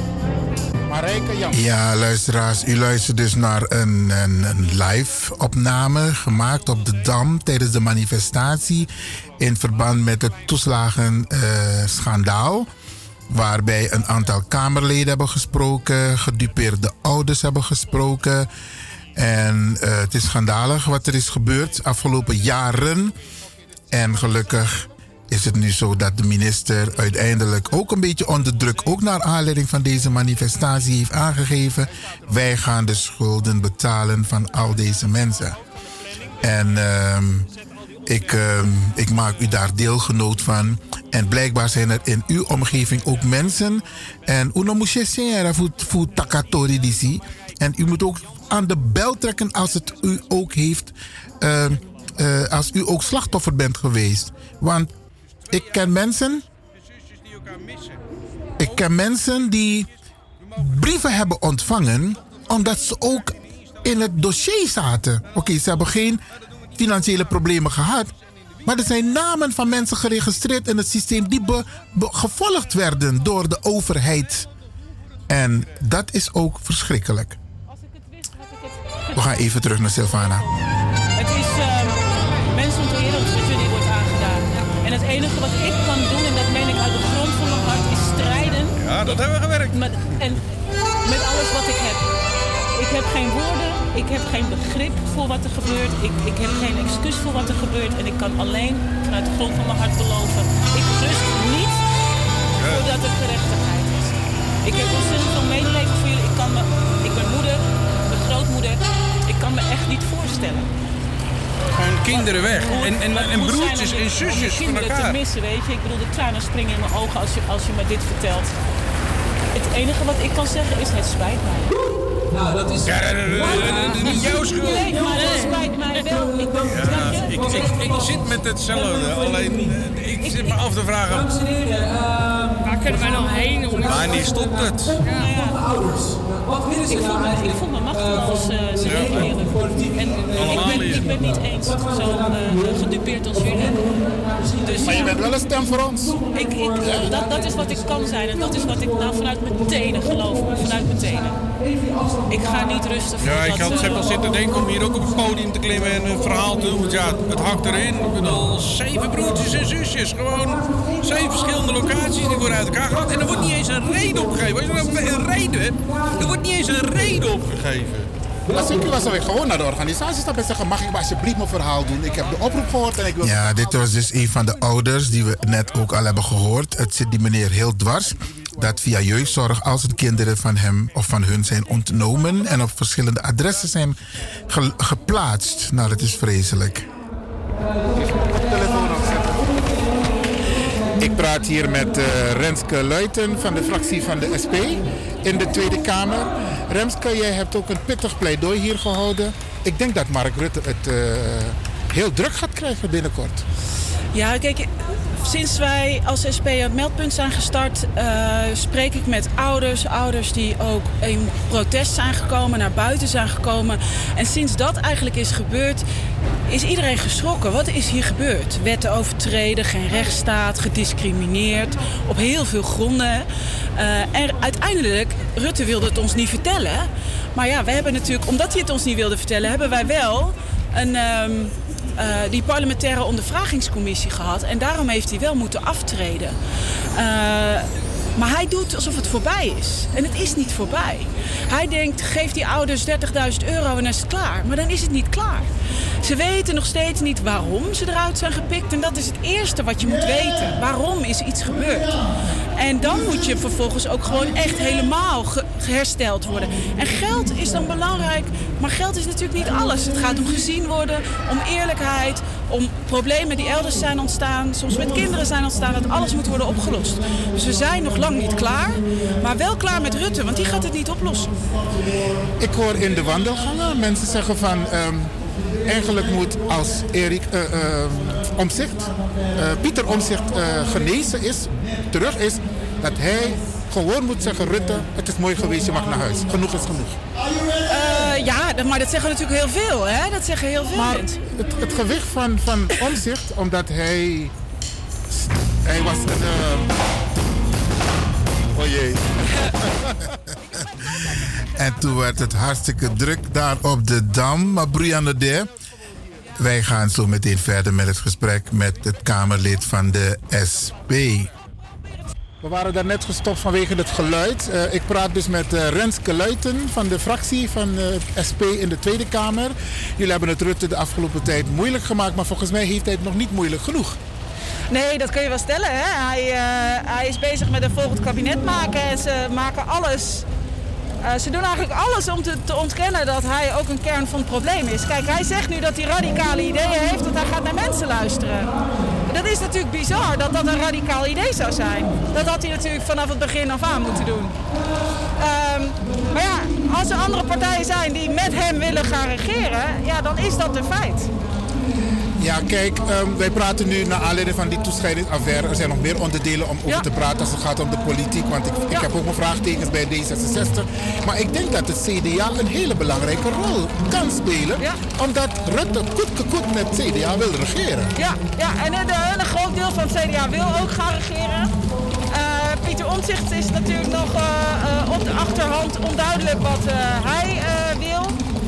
Ja, luisteraars, u luistert dus naar een live opname gemaakt op de Dam tijdens de manifestatie in verband met het toeslagenschandaal. waarbij een aantal Kamerleden hebben gesproken, gedupeerde ouders hebben gesproken. En het is schandalig wat er is gebeurd afgelopen jaren. En gelukkig is het nu zo dat de minister uiteindelijk ook een beetje onder druk, ook naar aanleiding van deze manifestatie, heeft aangegeven: wij gaan de schulden betalen van al deze mensen. En ik maak u daar deelgenoot van. En blijkbaar zijn er in uw omgeving ook mensen. En uno moet je zeggen voor takatori disi. En u moet ook aan de bel trekken als het u ook heeft, als u ook slachtoffer bent geweest. Want ik ken mensen die brieven hebben ontvangen omdat ze ook in het dossier zaten. Oké, ze hebben geen financiële problemen gehad, maar er zijn namen van mensen geregistreerd in het systeem die gevolgd werden door de overheid. En dat is ook verschrikkelijk. We gaan even terug naar Sylvana. Het is mensonterend wat jullie wordt aangedaan. En het enige wat ik kan doen, en dat meen ik uit de grond van mijn hart, is strijden. Ja, dat hebben we gewerkt. Met alles wat ik heb. Ik heb geen woorden, ik heb geen begrip voor wat er gebeurt. Ik heb geen excuus voor wat er gebeurt. En ik kan alleen vanuit de grond van mijn hart beloven: ik rust niet voordat er gerechtigheid is. Ik heb ontzettend veel medeleven voor jullie. Ik ben moeder, mijn grootmoeder. Ik kan me echt niet voorstellen. Gewoon kinderen weg. En broertjes en zusjes van elkaar. Te missen, weet je. Ik bedoel, de tranen springen in mijn ogen als je me dit vertelt. Het enige wat ik kan zeggen is: het spijt mij. Nou, dat is... Ja, dat is niet jouw schuld. Nee, maar het spijt mij wel. Ik zit met hetzelfde. Alleen, ik zit me af te vragen... Waar kunnen wij nou heen? Wanneer stopt het? Ik voel me machteloos, zeg ik eerlijk. En ik ben niet eens zo gedupeerd als jullie. Dus, maar je bent wel een stem voor ons. Dat is wat ik kan zijn. En dat is wat ik nou vanuit mijn tenen geloof. Vanuit mijn tenen. Ik ga niet rusten voor ik heb al zitten denken om hier ook op het podium te klimmen en een verhaal te doen. Want ja, het hakt erin. Ik bedoel, 7 broertjes en zusjes. Gewoon 7 verschillende locaties die worden uit elkaar gehaald. En er wordt niet eens een reden opgegeven. Als je nou een reden hebt, er wordt niet eens een reden opgegeven. Als ik was alweer gewoon naar de organisatie stappen en zeggen: mag ik maar alsjeblieft mijn verhaal doen? Ik heb de oproep gehoord en ik wil... Ja, dit was dus een van de ouders die we net ook al hebben gehoord. Het zit die meneer heel dwars dat via jeugdzorg, als het kinderen van hem of van hun zijn ontnomen en op verschillende adressen zijn geplaatst. Nou, dat is vreselijk. Ik praat hier met Renske Luiten van de fractie van de SP in de Tweede Kamer. Renske, jij hebt ook een pittig pleidooi hier gehouden. Ik denk dat Mark Rutte het heel druk gaat krijgen binnenkort. Ja, kijk, sinds wij als SP het meldpunt zijn gestart, spreek ik met ouders die ook in protest zijn gekomen, naar buiten zijn gekomen. En sinds dat eigenlijk is gebeurd, is iedereen geschrokken. Wat is hier gebeurd? Wetten overtreden, geen rechtsstaat, gediscrimineerd, op heel veel gronden. En uiteindelijk, Rutte wilde het ons niet vertellen. Maar ja, we hebben natuurlijk, omdat hij het ons niet wilde vertellen, hebben wij wel die parlementaire ondervragingscommissie gehad. En daarom heeft hij wel moeten aftreden. Maar hij doet alsof het voorbij is. En het is niet voorbij. Hij denkt, geef die ouders €30.000 en dan is het klaar. Maar dan is het niet klaar. Ze weten nog steeds niet waarom ze eruit zijn gepikt. En dat is het eerste wat je moet weten. Waarom is iets gebeurd? En dan moet je vervolgens ook gewoon echt helemaal hersteld worden. En geld is dan belangrijk. Maar geld is natuurlijk niet alles. Het gaat om gezien worden, om eerlijkheid, om problemen die elders zijn ontstaan, soms met kinderen zijn ontstaan, dat alles moet worden opgelost. Dus we zijn nog lang niet klaar, maar wel klaar met Rutte, want die gaat het niet oplossen. Ik hoor in de wandelgangen mensen zeggen van eigenlijk moet als Pieter Omtzigt genezen is, terug is, dat hij gewoon moet zeggen: Rutte, het is mooi geweest, je mag naar huis. Genoeg is genoeg. Ja, maar dat zeggen natuurlijk heel veel, hè? Dat zeggen heel veel mensen. Het gewicht van Omtzigt, omdat hij was een... Oh jee. En toen werd het hartstikke druk daar op de Dam. Maar Brianne de, wij gaan zo meteen verder met het gesprek met het Kamerlid van de SP. We waren daar net gestopt vanwege het geluid. Ik praat dus met Renske Luiten van de fractie van SP in de Tweede Kamer. Jullie hebben het Rutte de afgelopen tijd moeilijk gemaakt, maar volgens mij heeft hij het nog niet moeilijk genoeg. Nee, dat kun je wel stellen. Hè? Hij is bezig met een volgend kabinet maken en ze maken alles. Ze doen eigenlijk alles om te ontkennen dat hij ook een kern van het probleem is. Kijk, hij zegt nu dat hij radicale ideeën heeft, dat hij gaat naar mensen luisteren. Dat is natuurlijk bizar dat dat een radicaal idee zou zijn. Dat had hij natuurlijk vanaf het begin af aan moeten doen. Maar ja, als er andere partijen zijn die met hem willen gaan regeren, ja, dan is dat een feit. Ja, kijk, wij praten nu naar aanleiding van die toescheidingsaffaire. Er zijn nog meer onderdelen om over te praten als het gaat om de politiek. Want ik heb ook mijn vraagtekens bij D66. Maar ik denk dat het CDA een hele belangrijke rol kan spelen. Ja. Omdat Rutte goed met het CDA wil regeren. Ja, en een groot deel van het CDA wil ook gaan regeren. Pieter Omtzigt is natuurlijk nog op de achterhand onduidelijk wat hij wil.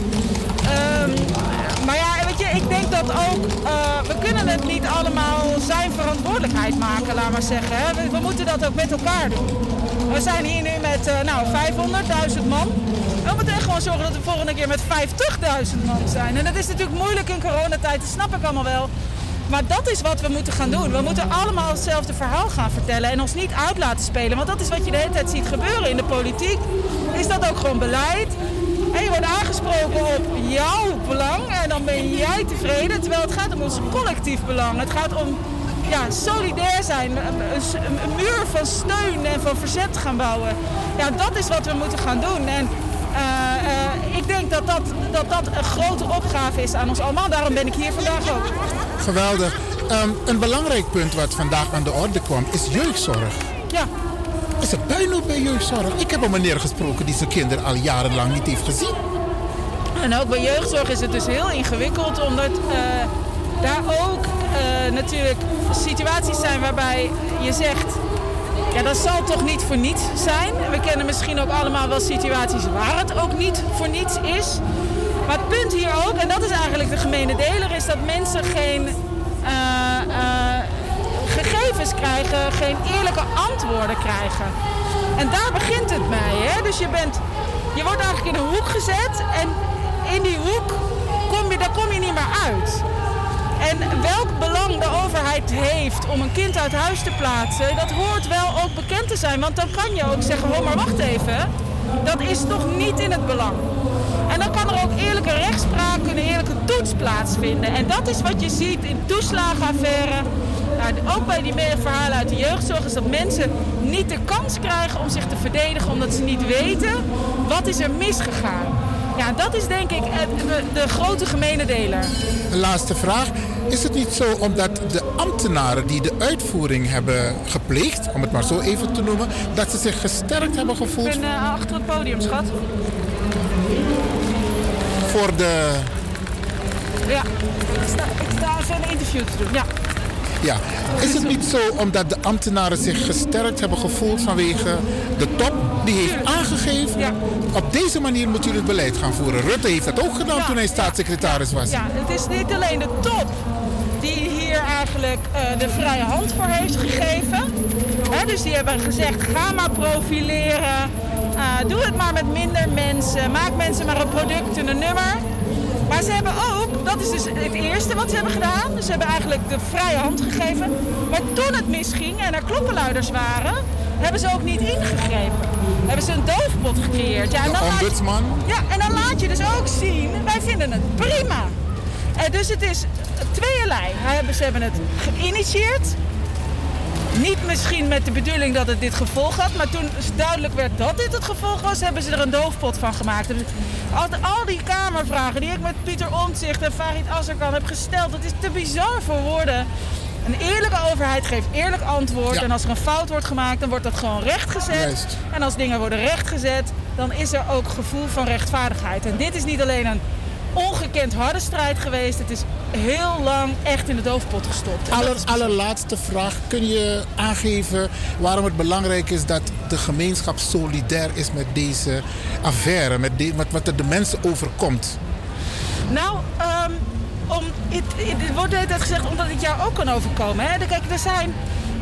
Maar ja, weet je, ik denk dat ook, we kunnen het niet allemaal zijn verantwoordelijkheid maken, laat maar zeggen. Hè. We moeten dat ook met elkaar doen. We zijn hier nu met 500.000 man. We moeten echt gewoon zorgen dat we volgende keer met 50.000 man zijn. En dat is natuurlijk moeilijk in coronatijd, dat snap ik allemaal wel. Maar dat is wat we moeten gaan doen. We moeten allemaal hetzelfde verhaal gaan vertellen en ons niet uit laten spelen. Want dat is wat je de hele tijd ziet gebeuren in de politiek. Is dat ook gewoon beleid? En je wordt aangesproken op jouw belang en dan ben jij tevreden. Terwijl het gaat om ons collectief belang. Het gaat om solidair zijn, een muur van steun en van verzet gaan bouwen. Ja, dat is wat we moeten gaan doen. En ik denk dat een grote opgave is aan ons allemaal. Daarom ben ik hier vandaag ook. Geweldig. Een belangrijk punt wat vandaag aan de orde kwam is jeugdzorg. Ja. Is er puinhoop bij jeugdzorg? Ik heb een meneer gesproken die zijn kinderen al jarenlang niet heeft gezien. En ook bij jeugdzorg is het dus heel ingewikkeld, omdat daar ook natuurlijk situaties zijn waarbij je zegt, ja, dat zal toch niet voor niets zijn. We kennen misschien ook allemaal wel situaties waar het ook niet voor niets is. Maar het punt hier ook, en dat is eigenlijk de gemene deler, is dat mensen geen gegevens krijgen, geen eerlijke antwoorden krijgen. En daar begint het mee. Hè? Dus je wordt eigenlijk in een hoek gezet en in die hoek kom je niet meer uit. En welk belang de overheid heeft om een kind uit huis te plaatsen, dat hoort wel ook bekend te zijn. Want dan kan je ook zeggen, oh maar wacht even, dat is toch niet in het belang. En dan kan er ook eerlijke rechtspraak, een eerlijke toets plaatsvinden. En dat is wat je ziet in toeslagenaffaire. Nou, ook bij die verhalen uit de jeugdzorg is dat mensen niet de kans krijgen om zich te verdedigen omdat ze niet weten wat is er misgegaan. Ja, dat is denk ik de grote gemene deler. Laatste vraag. Is het niet zo omdat de ambtenaren die de uitvoering hebben gepleegd, om het maar zo even te noemen, dat ze zich gesterkt hebben gevoeld? Ik ben achter het podium, schat. Voor de... Ja, ik sta even een interview te doen, ja. Ja, is het niet zo omdat de ambtenaren zich gesterkt hebben gevoeld vanwege de top die heeft aangegeven? Ja. Op deze manier moet u het beleid gaan voeren. Rutte heeft dat ook gedaan toen hij staatssecretaris was. Ja, het is niet alleen de top die hier eigenlijk de vrije hand voor heeft gegeven. Dus die hebben gezegd, ga maar profileren. Doe het maar met minder mensen. Maak mensen maar een product en een nummer. Maar ze hebben ook, dat is dus het eerste wat ze hebben gedaan. Dus ze hebben eigenlijk de vrije hand gegeven. Maar toen het misging en er klokkenluiders waren, hebben ze ook niet ingegrepen. Hebben ze een doofpot gecreëerd. Ja, en dan ombudsman. En dan laat je dus ook zien, wij vinden het prima. Dus het is tweeërlei. Ze hebben het geïnitieerd. Niet misschien met de bedoeling dat het dit gevolg had, maar toen duidelijk werd dat dit het gevolg was, hebben ze er een doofpot van gemaakt. Dus al die Kamervragen die ik met Pieter Omtzigt en Farid Azarkan heb gesteld, dat is te bizar voor woorden. Een eerlijke overheid geeft eerlijk antwoord. Ja. En als er een fout wordt gemaakt, dan wordt dat gewoon rechtgezet. Juist. En als dingen worden rechtgezet, dan is er ook gevoel van rechtvaardigheid. En dit is niet alleen een ongekend harde strijd geweest. Het is heel lang echt in de doofpot gestopt. Allerlaatste vraag. Kun je aangeven waarom het belangrijk is dat de gemeenschap solidair is met deze affaire? Met wat er de mensen overkomt? Nou, het wordt de hele tijd gezegd omdat het jou ook kan overkomen. Hè? Kijk, er zijn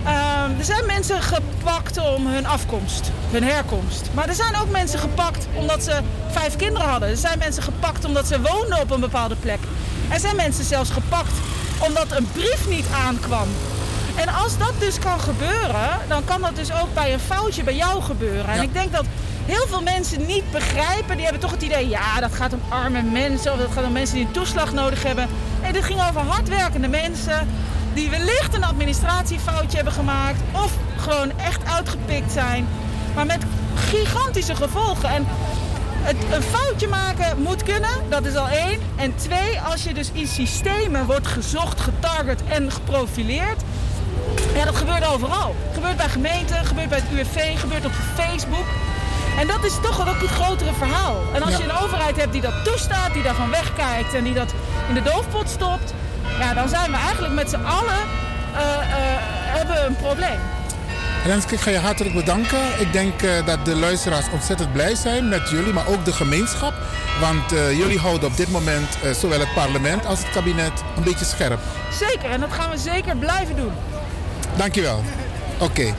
Er zijn mensen gepakt om hun afkomst, hun herkomst. Maar er zijn ook mensen gepakt omdat ze 5 kinderen hadden. Er zijn mensen gepakt omdat ze woonden op een bepaalde plek. Er zijn mensen zelfs gepakt omdat een brief niet aankwam. En als dat dus kan gebeuren, dan kan dat dus ook bij een foutje bij jou gebeuren. En ik denk dat heel veel mensen niet begrijpen, die hebben toch het idee, ja, dat gaat om arme mensen of dat gaat om mensen die een toeslag nodig hebben. Nee, dit ging over hardwerkende mensen die wellicht een administratiefoutje hebben gemaakt of gewoon echt uitgepikt zijn, maar met gigantische gevolgen. En een foutje maken moet kunnen, dat is al 1. En 2, als je dus in systemen wordt gezocht, getarget en geprofileerd, ja, dat gebeurt overal. Gebeurt bij gemeenten, gebeurt bij het UWV, gebeurt op Facebook. En dat is toch ook het grotere verhaal. En als je een overheid hebt die dat toestaat, die daarvan wegkijkt en die dat in de doofpot stopt, ja, dan zijn we eigenlijk met z'n allen hebben een probleem. Renske, ik ga je hartelijk bedanken. Ik denk dat de luisteraars ontzettend blij zijn met jullie, maar ook de gemeenschap. Want jullie houden op dit moment zowel het parlement als het kabinet een beetje scherp. Zeker, en dat gaan we zeker blijven doen. Dankjewel. Oké.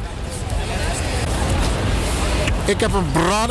Ik heb een brada.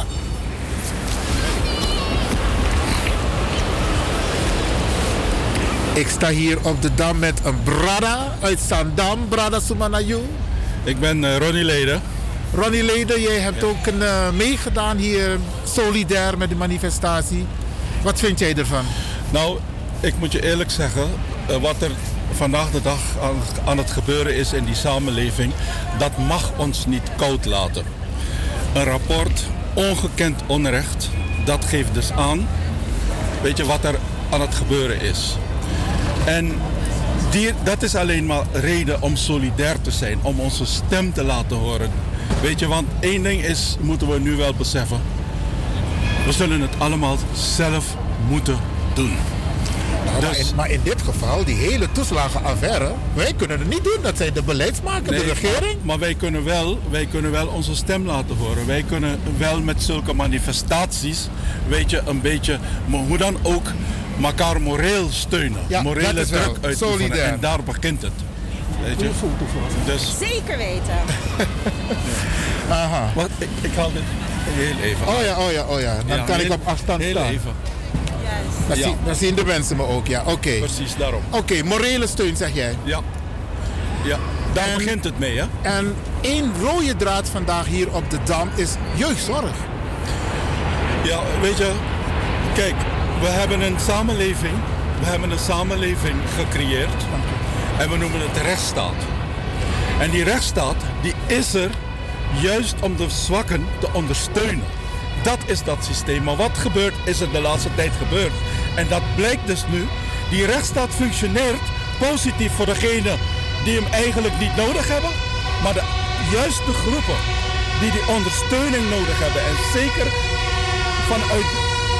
Ik sta hier op de Dam met een brada uit Zandam. Brada Sumanayu. Ik ben Ronnie Leden. Ronnie Leden, jij hebt ook meegedaan hier solidair met de manifestatie. Wat vind jij ervan? Nou, ik moet je eerlijk zeggen, wat er vandaag de dag aan het gebeuren is in die samenleving, dat mag ons niet koud laten. Een rapport, ongekend onrecht, dat geeft dus aan, weet je, wat er aan het gebeuren is. En dat is alleen maar reden om solidair te zijn, om onze stem te laten horen. Weet je, want één ding is, moeten we nu wel beseffen. We zullen het allemaal zelf moeten doen. Nou, dus, maar in dit geval, die hele toeslagenaffaire, wij kunnen het niet doen. Dat zijn de beleidsmakers, de regering. Maar wij kunnen wel onze stem laten horen. Wij kunnen wel met zulke manifestaties, weet je, een beetje, maar hoe dan ook, elkaar moreel steunen. Ja, morele druk uitoefenen. Solidair. En daar begint het. Weet je? Dus, zeker weten. Aha. Wat, ik haal dit heel even. Oh ja. Dan kan ik op afstand heel staan. Heel even. Dan zien de mensen me ook, ja. Oké. Precies, daarom. Oké, morele steun zeg jij. Ja. Daar begint het mee, hè. En één rode draad vandaag hier op de Dam is jeugdzorg. Ja, weet je, kijk, we hebben een samenleving gecreëerd en we noemen het rechtsstaat. En die rechtsstaat, die is er juist om de zwakken te ondersteunen. Dat is dat systeem. Maar wat gebeurt, is er de laatste tijd gebeurd. En dat blijkt dus nu, die rechtsstaat functioneert positief voor degenen die hem eigenlijk niet nodig hebben, maar juist de groepen die die ondersteuning nodig hebben. En zeker vanuit...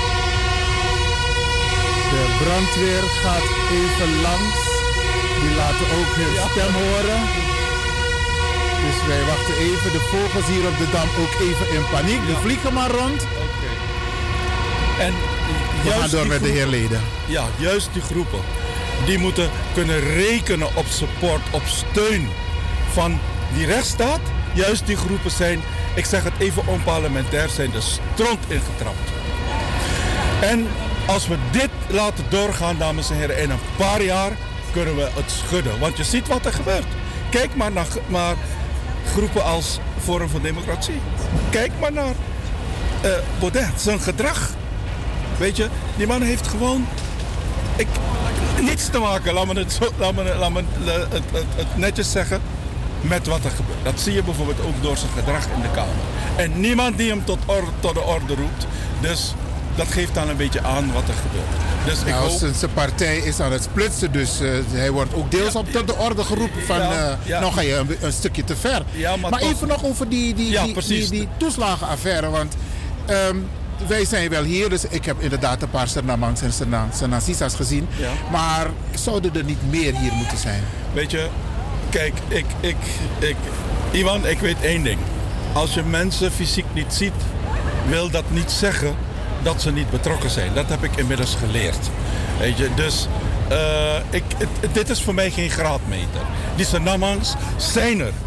De brandweer gaat even langs. Die laten ook hun stem horen. Dus wij wachten even. De vogels hier op de Dam ook even in paniek. Die vliegen maar rond. Oké. En we gaan door met de heer Leden. Ja, juist die groepen. Die moeten kunnen rekenen op support, op steun van die rechtsstaat. Juist die groepen zijn, ik zeg het even onparlementair, zijn de stront ingetrapt. En als we dit laten doorgaan, dames en heren, in een paar jaar kunnen we het schudden. Want je ziet wat er gebeurt. Kijk maar naar groepen als Forum voor Democratie. Kijk maar naar Baudet, zijn gedrag. Weet je, die man heeft gewoon niets te maken, laat me het netjes zeggen, met wat er gebeurt. Dat zie je bijvoorbeeld ook door zijn gedrag in de Kamer. En niemand die hem tot de orde roept. Dus dat geeft dan een beetje aan wat er gebeurt. Dus ik hoop... Zijn partij is aan het splitsen, dus hij wordt ook deels op tot de orde geroepen van nou ga je een stukje te ver. Ja, maar even nog over die toeslagenaffaire, want wij zijn wel hier, dus ik heb inderdaad een paar Sernamangs en Sernasisas gezien. Ja. Maar zouden er niet meer hier moeten zijn? Weet je, kijk, Iwan, ik weet één ding. Als je mensen fysiek niet ziet, wil dat niet zeggen dat ze niet betrokken zijn. Dat heb ik inmiddels geleerd. Weet je, dus dit is voor mij geen graadmeter. Die Sernamangs zijn er.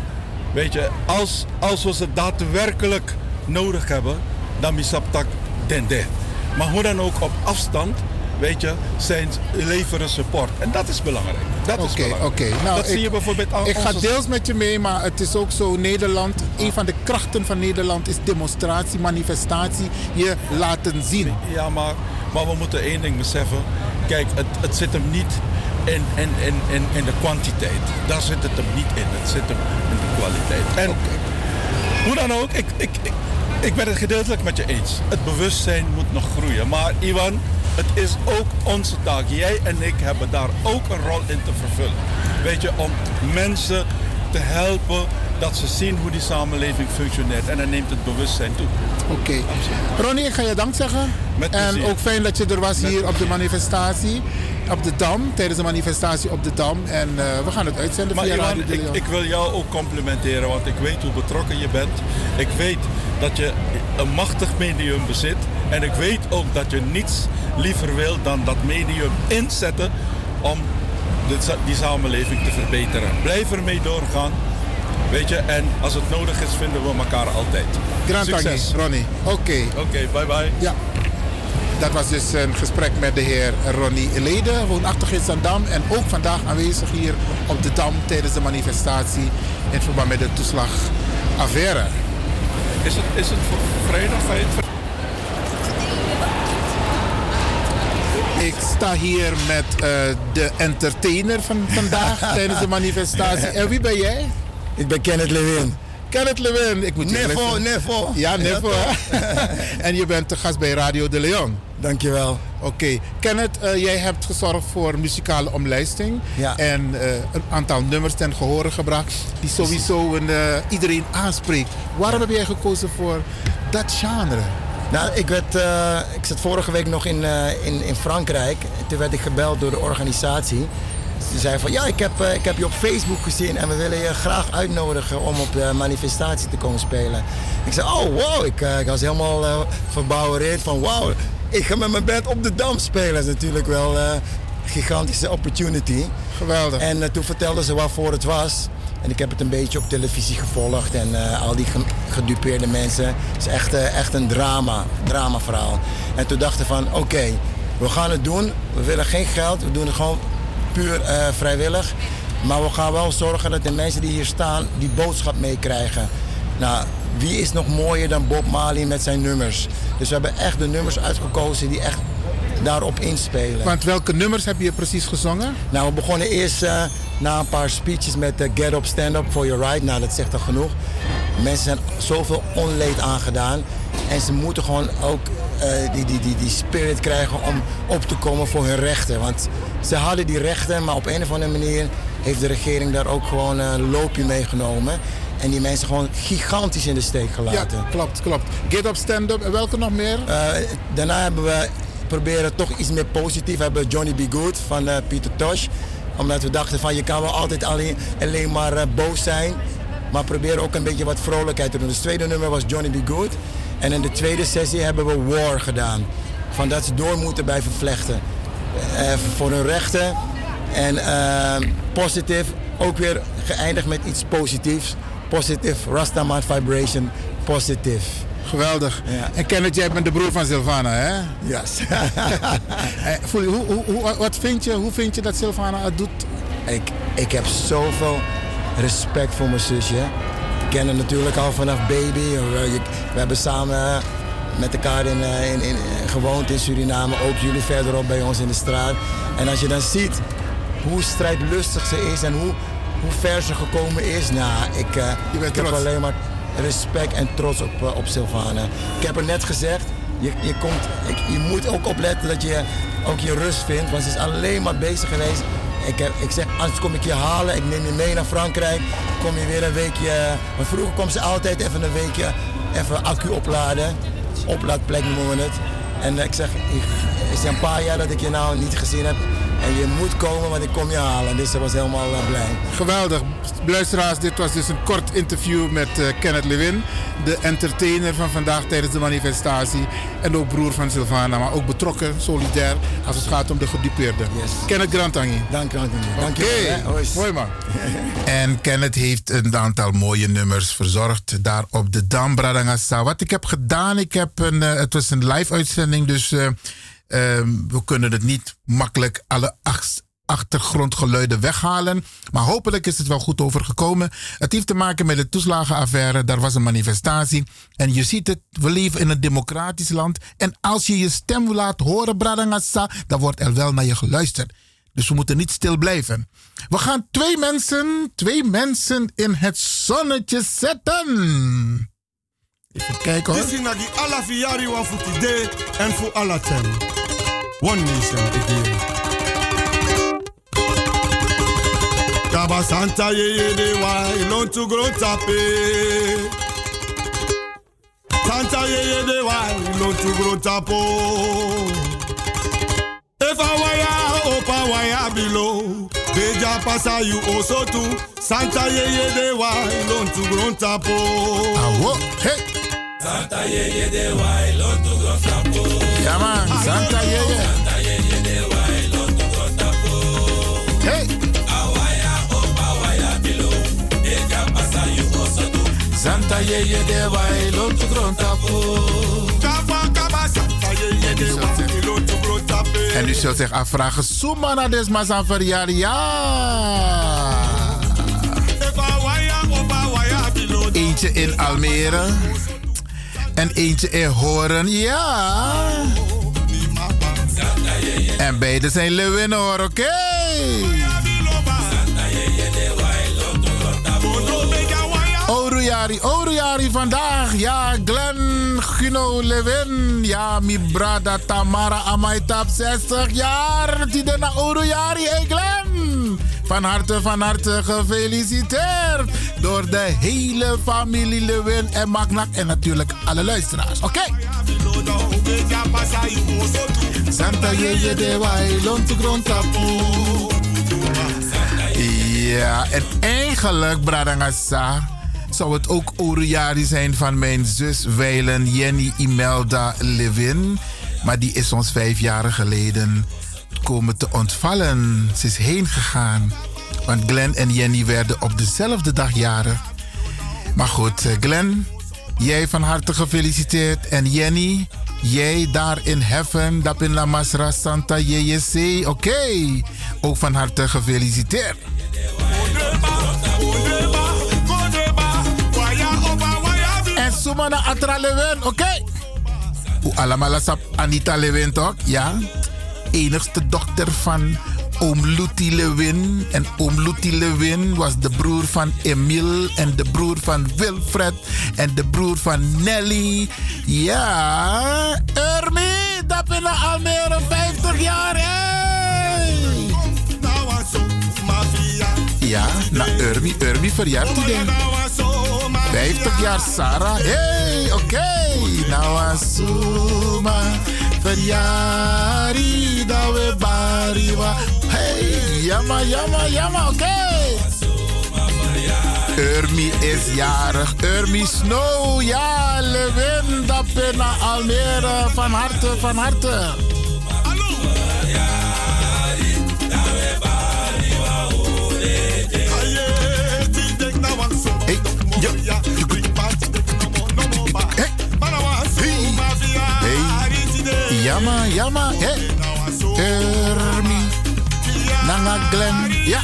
Weet je, als we ze daadwerkelijk nodig hebben, dan misaptak dende. Maar hoe dan ook op afstand, weet je, leveren support. En dat is belangrijk. Oké. Nou, dat zie je bijvoorbeeld aan Ik ga onze... deels met je mee, maar het is ook zo, Nederland, een van de krachten van Nederland is demonstratie, manifestatie, je laten zien. Ja, maar we moeten één ding beseffen. Kijk, het zit hem niet in de kwantiteit. Daar zit het hem niet in. Het zit hem in de kwaliteit. En hoe dan ook, ik ben het gedeeltelijk met je eens. Het bewustzijn moet nog groeien. Maar Iwan, het is ook onze taak. Jij en ik hebben daar ook een rol in te vervullen. Weet je, om mensen te helpen dat ze zien hoe die samenleving functioneert. En dan neemt het bewustzijn toe. Oké. Ronnie, ik ga je dank zeggen. Met plezier. En ook fijn dat je er was hier op de manifestatie. Op de Dam, tijdens de manifestatie op de Dam. En we gaan het uitzenden maar via Iwan, Radio de Leon. ik wil jou ook complimenteren, want ik weet hoe betrokken je bent. Ik weet dat je een machtig medium bezit. En ik weet ook dat je niets liever wil dan dat medium inzetten om die samenleving te verbeteren. Blijf ermee doorgaan. Weet je, en als het nodig is, vinden we elkaar altijd. Succes, Ronnie. Oké, bye bye. Ja. Dat was dus een gesprek met de heer Ronnie Leden, woonachtig in Zandam en ook vandaag aanwezig hier op de Dam tijdens de manifestatie in verband met de toeslagaffaire. Is het voor vrijdag? Ik sta hier met de entertainer van vandaag tijdens de manifestatie. En wie ben jij? Ik ben Kenneth Lewin. Kenneth Lewin. Ik moet Nevo. Ja, Nevo. En je bent te gast bij Radio de Leon. Dankjewel. Oké. Kenneth, jij hebt gezorgd voor muzikale omlijsting. Ja. En een aantal nummers ten gehore gebracht die sowieso iedereen aanspreekt. Waarom heb jij gekozen voor dat genre? Nou, ik zat vorige week nog in Frankrijk. Toen werd ik gebeld door de organisatie. Ze zei van ja, ik heb je op Facebook gezien en we willen je graag uitnodigen om op de manifestatie te komen spelen. Ik zei, oh wow, ik was helemaal verbouwereerd van wauw, ik ga met mijn band op de Dam spelen. Dat is natuurlijk wel een gigantische opportunity. Geweldig. En toen vertelden ze waarvoor het was. En ik heb het een beetje op televisie gevolgd en al die gedupeerde mensen. Het is echt een dramaverhaal. En toen dachten we van oké, we gaan het doen. We willen geen geld, we doen het gewoon puur vrijwillig. Maar we gaan wel zorgen dat de mensen die hier staan die boodschap meekrijgen. Nou, wie is nog mooier dan Bob Marley met zijn nummers? Dus we hebben echt de nummers uitgekozen die echt daarop inspelen. Want welke nummers heb je precies gezongen? Nou, we begonnen eerst na een paar speeches met Get Up, Stand Up for Your Right. Nou, dat zegt al genoeg. Mensen zijn zoveel onleed aangedaan. En ze moeten gewoon ook die spirit krijgen om op te komen voor hun rechten. Want ze hadden die rechten, maar op een of andere manier heeft de regering daar ook gewoon een loopje meegenomen. En die mensen gewoon gigantisch in de steek gelaten. Ja, klopt. Get Up, Stand Up. En welke nog meer? Daarna hebben we proberen toch iets meer positief. We hebben Johnny B. Good van Peter Tosh. Omdat we dachten van je kan wel altijd alleen maar boos zijn. Maar proberen ook een beetje wat vrolijkheid te doen. Dus het tweede nummer was Johnny B. Good. En in de tweede sessie hebben we War gedaan. Van dat ze door moeten blijven vlechten. Voor hun rechten. En positief. Ook weer geëindigd met iets positiefs. Positive Rastaman Vibration. Positief. Geweldig. Ja. En Kenneth, jij bent de broer van Sylvana, hè? Yes. Hoe vind je dat Sylvana het doet? Ik heb zoveel respect voor mijn zusje. Ik ken haar natuurlijk al vanaf baby. We hebben samen met elkaar gewoond in Suriname. Ook jullie verderop bij ons in de straat. En als je dan ziet hoe strijdlustig ze is en hoe ver ze gekomen is. Nou, ik heb alleen maar respect en trots op Sylvana. Ik heb er net gezegd, je moet ook opletten dat je ook je rust vindt. Want ze is alleen maar bezig geweest. Ik zeg, anders kom ik je halen, ik neem je mee naar Frankrijk. Kom je weer een weekje. Want vroeger kwam ze altijd even een weekje even accu opladen. Oplaadplek noemen we het. En ik zeg, het is een paar jaar dat ik je nou niet gezien heb. En je moet komen, want ik kom je halen. Dus ze was helemaal blij. Geweldig. Luisteraars, dit was dus een kort interview met Kenneth Lewin. De entertainer van vandaag tijdens de manifestatie. En ook broer van Sylvana, maar ook betrokken, solidair, als het gaat om de gedupeerden. Yes. Kenneth Grantangi. Dank je. Oké, mooi man. En Kenneth heeft een aantal mooie nummers verzorgd daar op de Dam, Bradangasa. Wat ik heb gedaan, het was een live uitzending, dus we kunnen het niet makkelijk alle achtergrondgeluiden weghalen. Maar hopelijk is het wel goed overgekomen. Het heeft te maken met de toeslagenaffaire. Daar was een manifestatie. En je ziet het, we leven in een democratisch land. En als je je stem laat horen, Bradangasa, dan wordt er wel naar je geluisterd. Dus we moeten niet stil blijven. We gaan twee mensen in het zonnetje zetten. Even kijken hoor. Dit is die alla fiari wa futide en voor alla ten. One nation again. Kaba Santa ye de wa ilon to grow tape. Santa ye de wa ilon to grow tapo. If I wire opa wire below, beja pasa you also too. Santa ye de wa ilon to grow tapo. Awo, hey. Santa ye de wa ilon to grow tapo. Ja man, Santa ye. Santa ye de wa ilon to grow tapo. Hey. Santa ye de wai lo tu grontapo. En u zult zich afvragen, Sumana desma san verjaardag. Ja. Eentje in Almere. En eentje in Horen. Ja. En beide zijn Lewin hoor, oké. Oruari vandaag. Ja, Glenn Guno Lewin. Ja, mi brada Tamara Amaitap 60 jaar. Tidena Oruari, hey Glenn. Van harte gefeliciteerd. Door de hele familie Lewin en Magnak. En natuurlijk alle luisteraars. Oké. Santa ye de wai lontu grontapu. Ja, en eigenlijk, Bradangasa, zou het ook Oruari zijn van mijn zus Weilen Jenny Imelda Lewin. Maar die is ons 5 jaar geleden komen te ontvallen. Ze is heen gegaan. Want Glenn en Jenny werden op dezelfde dag jarig. Maar goed, Glenn, jij van harte gefeliciteerd. En Jenny, jij daar in heaven, dat in La Masra Santa JJC. Oké, ook van harte gefeliciteerd. En Sumana Atra Lewin, oké. Hoe allemaal sap Anita Lewin toch? Ja. Enigste dochter van oom Luti Lewin. En oom Luti Lewin was de broer van Emile. En de broer van Wilfred. En de broer van Nelly. Ja. Ermi, dat ben ik Almere 50 jaar. Hey. Ja, nou Ermi verjaart die ding. 50 jaar Sarah. Hey, oké. Nou asuma verjari da we bariwa. Hey, yama, oké. Ermi is jarig. Ermi Snow. Ja, Lewin, dat ben naar Almere. Van harte. Yama, hey. Ermi. Nanga Glenn, ja.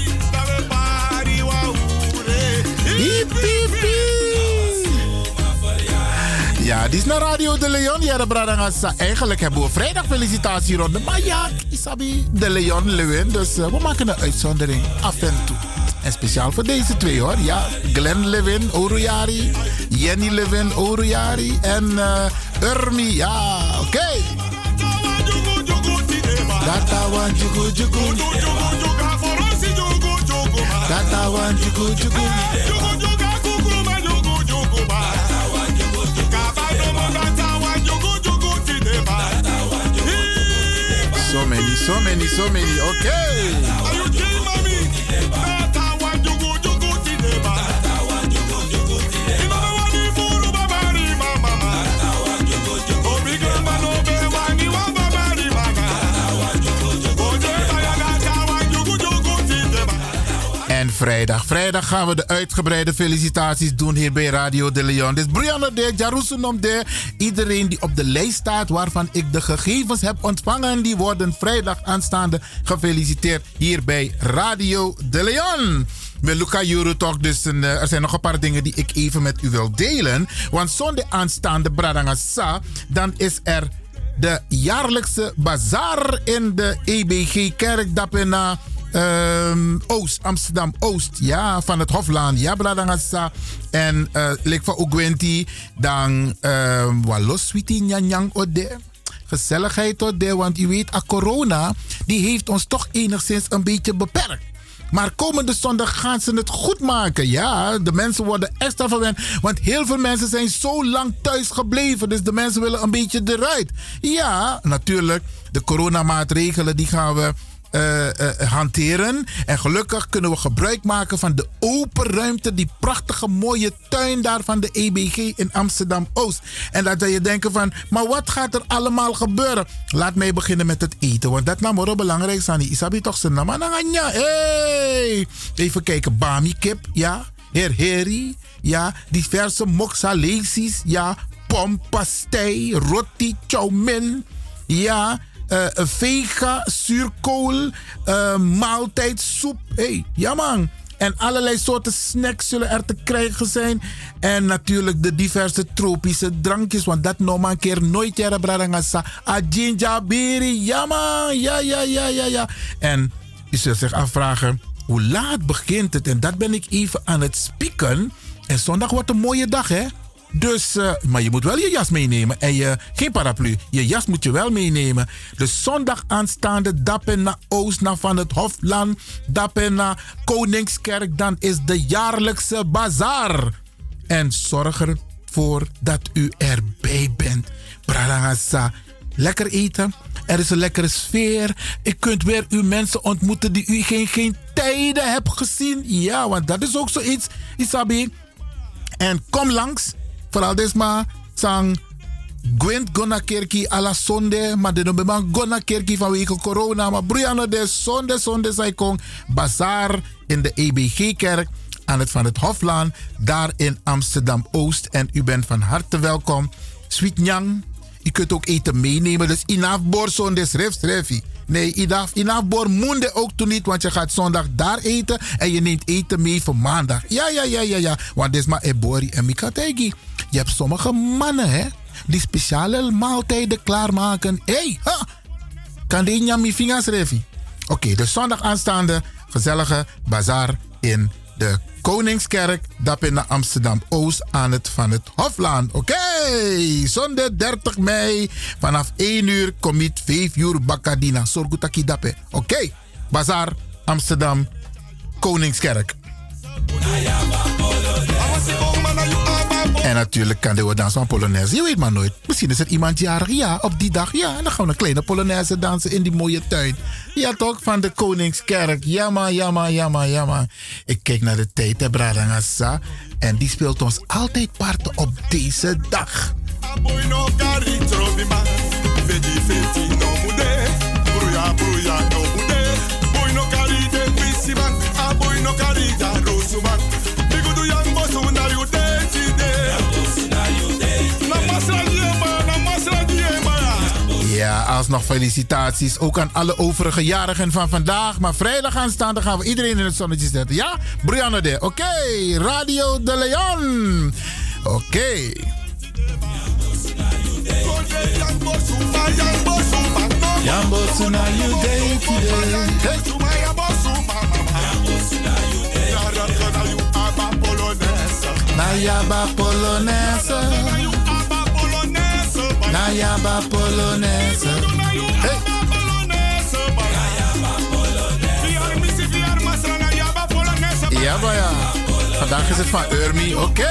Ja, die is naar Radio de Leon. Ja, de Bradangasa. Eigenlijk hebben we vrijdag felicitatieronde. Maar ja, Isabi, de Leon, Lewin. Dus we maken een uitzondering af en toe. En speciaal voor deze twee hoor. Ja, Glenn Lewin, Oruari. Jenny Lewin, Oruari. En Ermi, ja, oké. Datawan jugu jugu. Datawan jugu jugu. So many. Okay. En vrijdag gaan we de uitgebreide felicitaties doen hier bij Radio de Leon. Dus Brianna de, Jarusunom de, iedereen die op de lijst staat waarvan ik de gegevens heb ontvangen, die worden vrijdag aanstaande gefeliciteerd hier bij Radio de Leon. Met Luca Jurutok, dus er zijn nog een paar dingen die ik even met u wil delen. Want zondag aanstaande Bradangasa, dan is er de jaarlijkse bazaar in de EBG-kerk Dapena. Amsterdam Oost, ja, van het Hoflaan, ja, Bradangasa. En Lek van Ugwenti, dan Walos Witi Nyanyang Ode. Gezelligheid Ode, want u weet, corona, die heeft ons toch enigszins een beetje beperkt. Maar komende zondag gaan ze het goed maken. Ja, de mensen worden extra verwend. Want heel veel mensen zijn zo lang thuis gebleven. Dus de mensen willen een beetje eruit. Ja, natuurlijk, de coronamaatregelen die gaan we hanteren. En gelukkig kunnen we gebruik maken van de open ruimte, die prachtige mooie tuin daar van de EBG in Amsterdam-Oost. En dat je denken van, maar wat gaat er allemaal gebeuren? Laat mij beginnen met het eten, want dat namoro belangrijk is aan die Isabi toch zijn naam. Hey! Even kijken, bami kip, ja, herheri, ja, diverse moxalesis, ja, pompastei, roti, chow mein, ja, vega, zuurkool, maaltijdsoep. Hey, ja man. En allerlei soorten snacks zullen er te krijgen zijn. En natuurlijk de diverse tropische drankjes. Want dat nog maar een keer nooit jaren bradangasa. Ajinja beri, ja man. Ja. En u zult zich afvragen, hoe laat begint het? En dat ben ik even aan het spieken. En zondag wordt een mooie dag, hè? Dus, maar je moet wel je jas meenemen. En geen paraplu. Je jas moet je wel meenemen. Dus zondag aanstaande dappen naar Oost, naar Van het Hofland, dappen naar Koningskerk. Dan is de jaarlijkse bazaar. En zorg ervoor dat u erbij bent. Brarangasa. Lekker eten. Er is een lekkere sfeer. Je kunt weer uw mensen ontmoeten die u geen tijden hebt gezien. Ja, want dat is ook zoiets, Isabi. En kom langs. Vooral desma sang Gwent gona kerki ala sonde, maar de noemen gona kerki vanwege corona. Maar Brianna de zonde zij kon bazaar in de EBG-kerk aan het Van het Hoflaan, daar in Amsterdam-Oost. En u bent van harte welkom. Sweet Nyang, u kunt ook eten meenemen. Dus inafbor zonde schrefi. Nee, inafbor moende ook toen niet, want je gaat zondag daar eten en je neemt eten mee voor maandag. Ja. Want dit is maar ebori en mikategi. Je hebt sommige mannen, hè, die speciale maaltijden klaarmaken. Hey, kan die nyami vingers refi? Oké, dus zondag aanstaande gezellige bazaar in de Koningskerk, dat in Amsterdam-Oost aan het Van het Hoflaan. Oké, zondag 30 mei vanaf 1 uur, komit 5 uur bakadina. Sorgutaki dape. Oké, bazaar Amsterdam, Koningskerk. En natuurlijk kan we dansen van Polonaise. Je weet maar nooit. Misschien is er iemand jarig. Ja, op die dag. Ja, dan gaan we een kleine Polonaise dansen in die mooie tuin. Ja toch, van de Koningskerk. Jamma. Ik kijk naar de tijd, hè, Bradangasa. En die speelt ons altijd parten op deze dag. Ja, alsnog felicitaties ook aan alle overige jarigen van vandaag. Maar vrijdag aanstaande gaan we iedereen in het zonnetje zetten. Ja? Brianna de. Oké, Radio de Leon. Oké. Jambo suna you day today. Nayaba Polonaise. Nayaba Polonaise. Hey. Ja, maar ja. Vandaag is het van Urmi. Oké.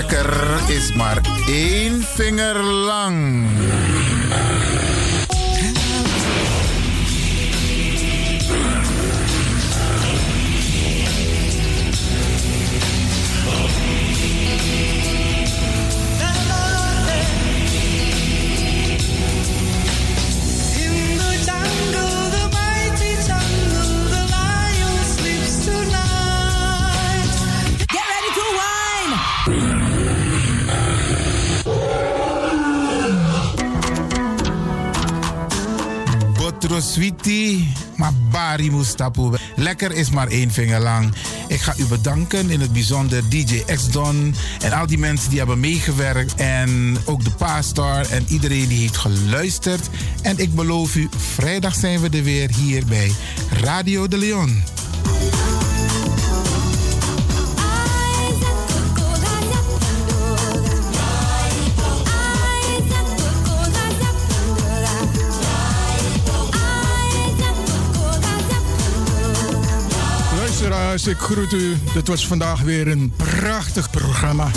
Lekker is maar 1 vinger lang. Sweetie, maar Bari Mustapu. Lekker is maar 1 vinger lang. Ik ga u bedanken, in het bijzonder DJ X-Don en al die mensen die hebben meegewerkt. En ook de pastor en iedereen die heeft geluisterd. En ik beloof u, vrijdag zijn we er weer hier bij Radio de Leon. Ik groet u. Dit was vandaag weer een prachtig programma.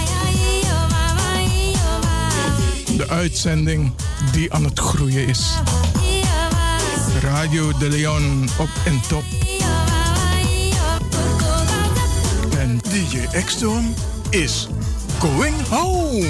De uitzending die aan het groeien is. Radio de Leon op en top. En DJ X-Don is going home.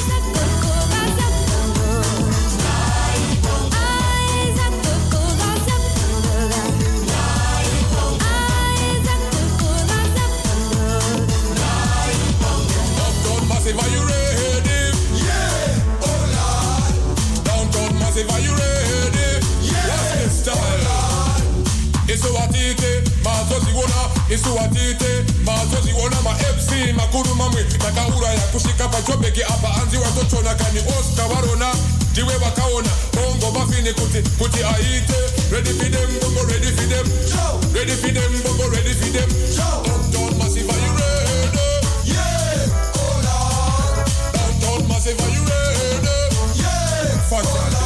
Are you ready? Yeah, oh Lord. Downtown Massive, are you ready? Yeah, what's the style? Isuatite, mazoziona. Isuatite, mazoziona. Ma MC, makuru mamwe. Nakaura ya kushika pachobeki apa anzi watochona kani Oscar Warona. Diwe wakaona, bongo bafini kuti aite. Ready for them, bongo ready for them. Ready for them, bongo ready for them. Downtown Massive, are you ready? Massive, are you ready? Yeah! Fantastic.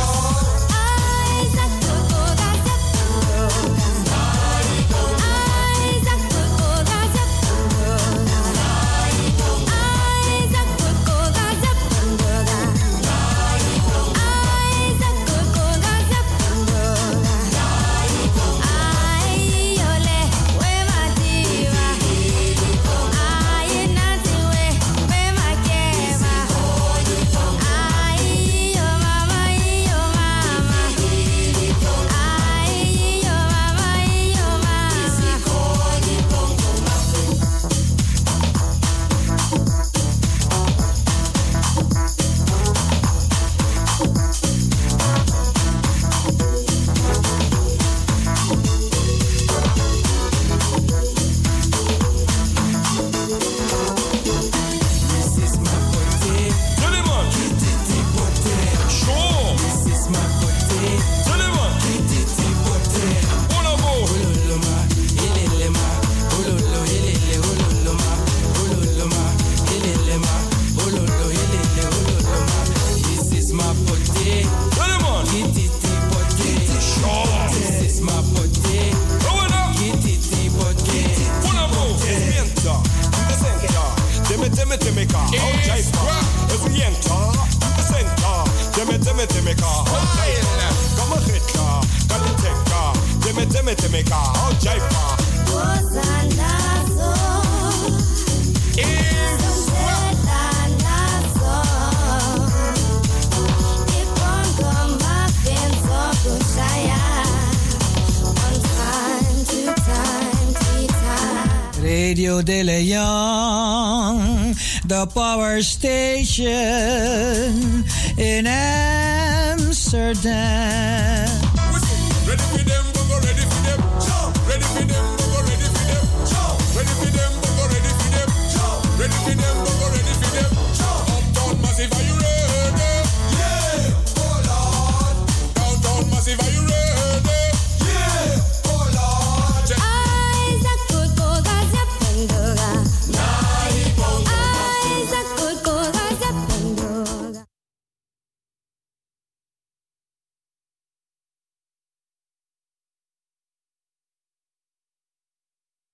Radio de Leon, the power station in Amsterdam.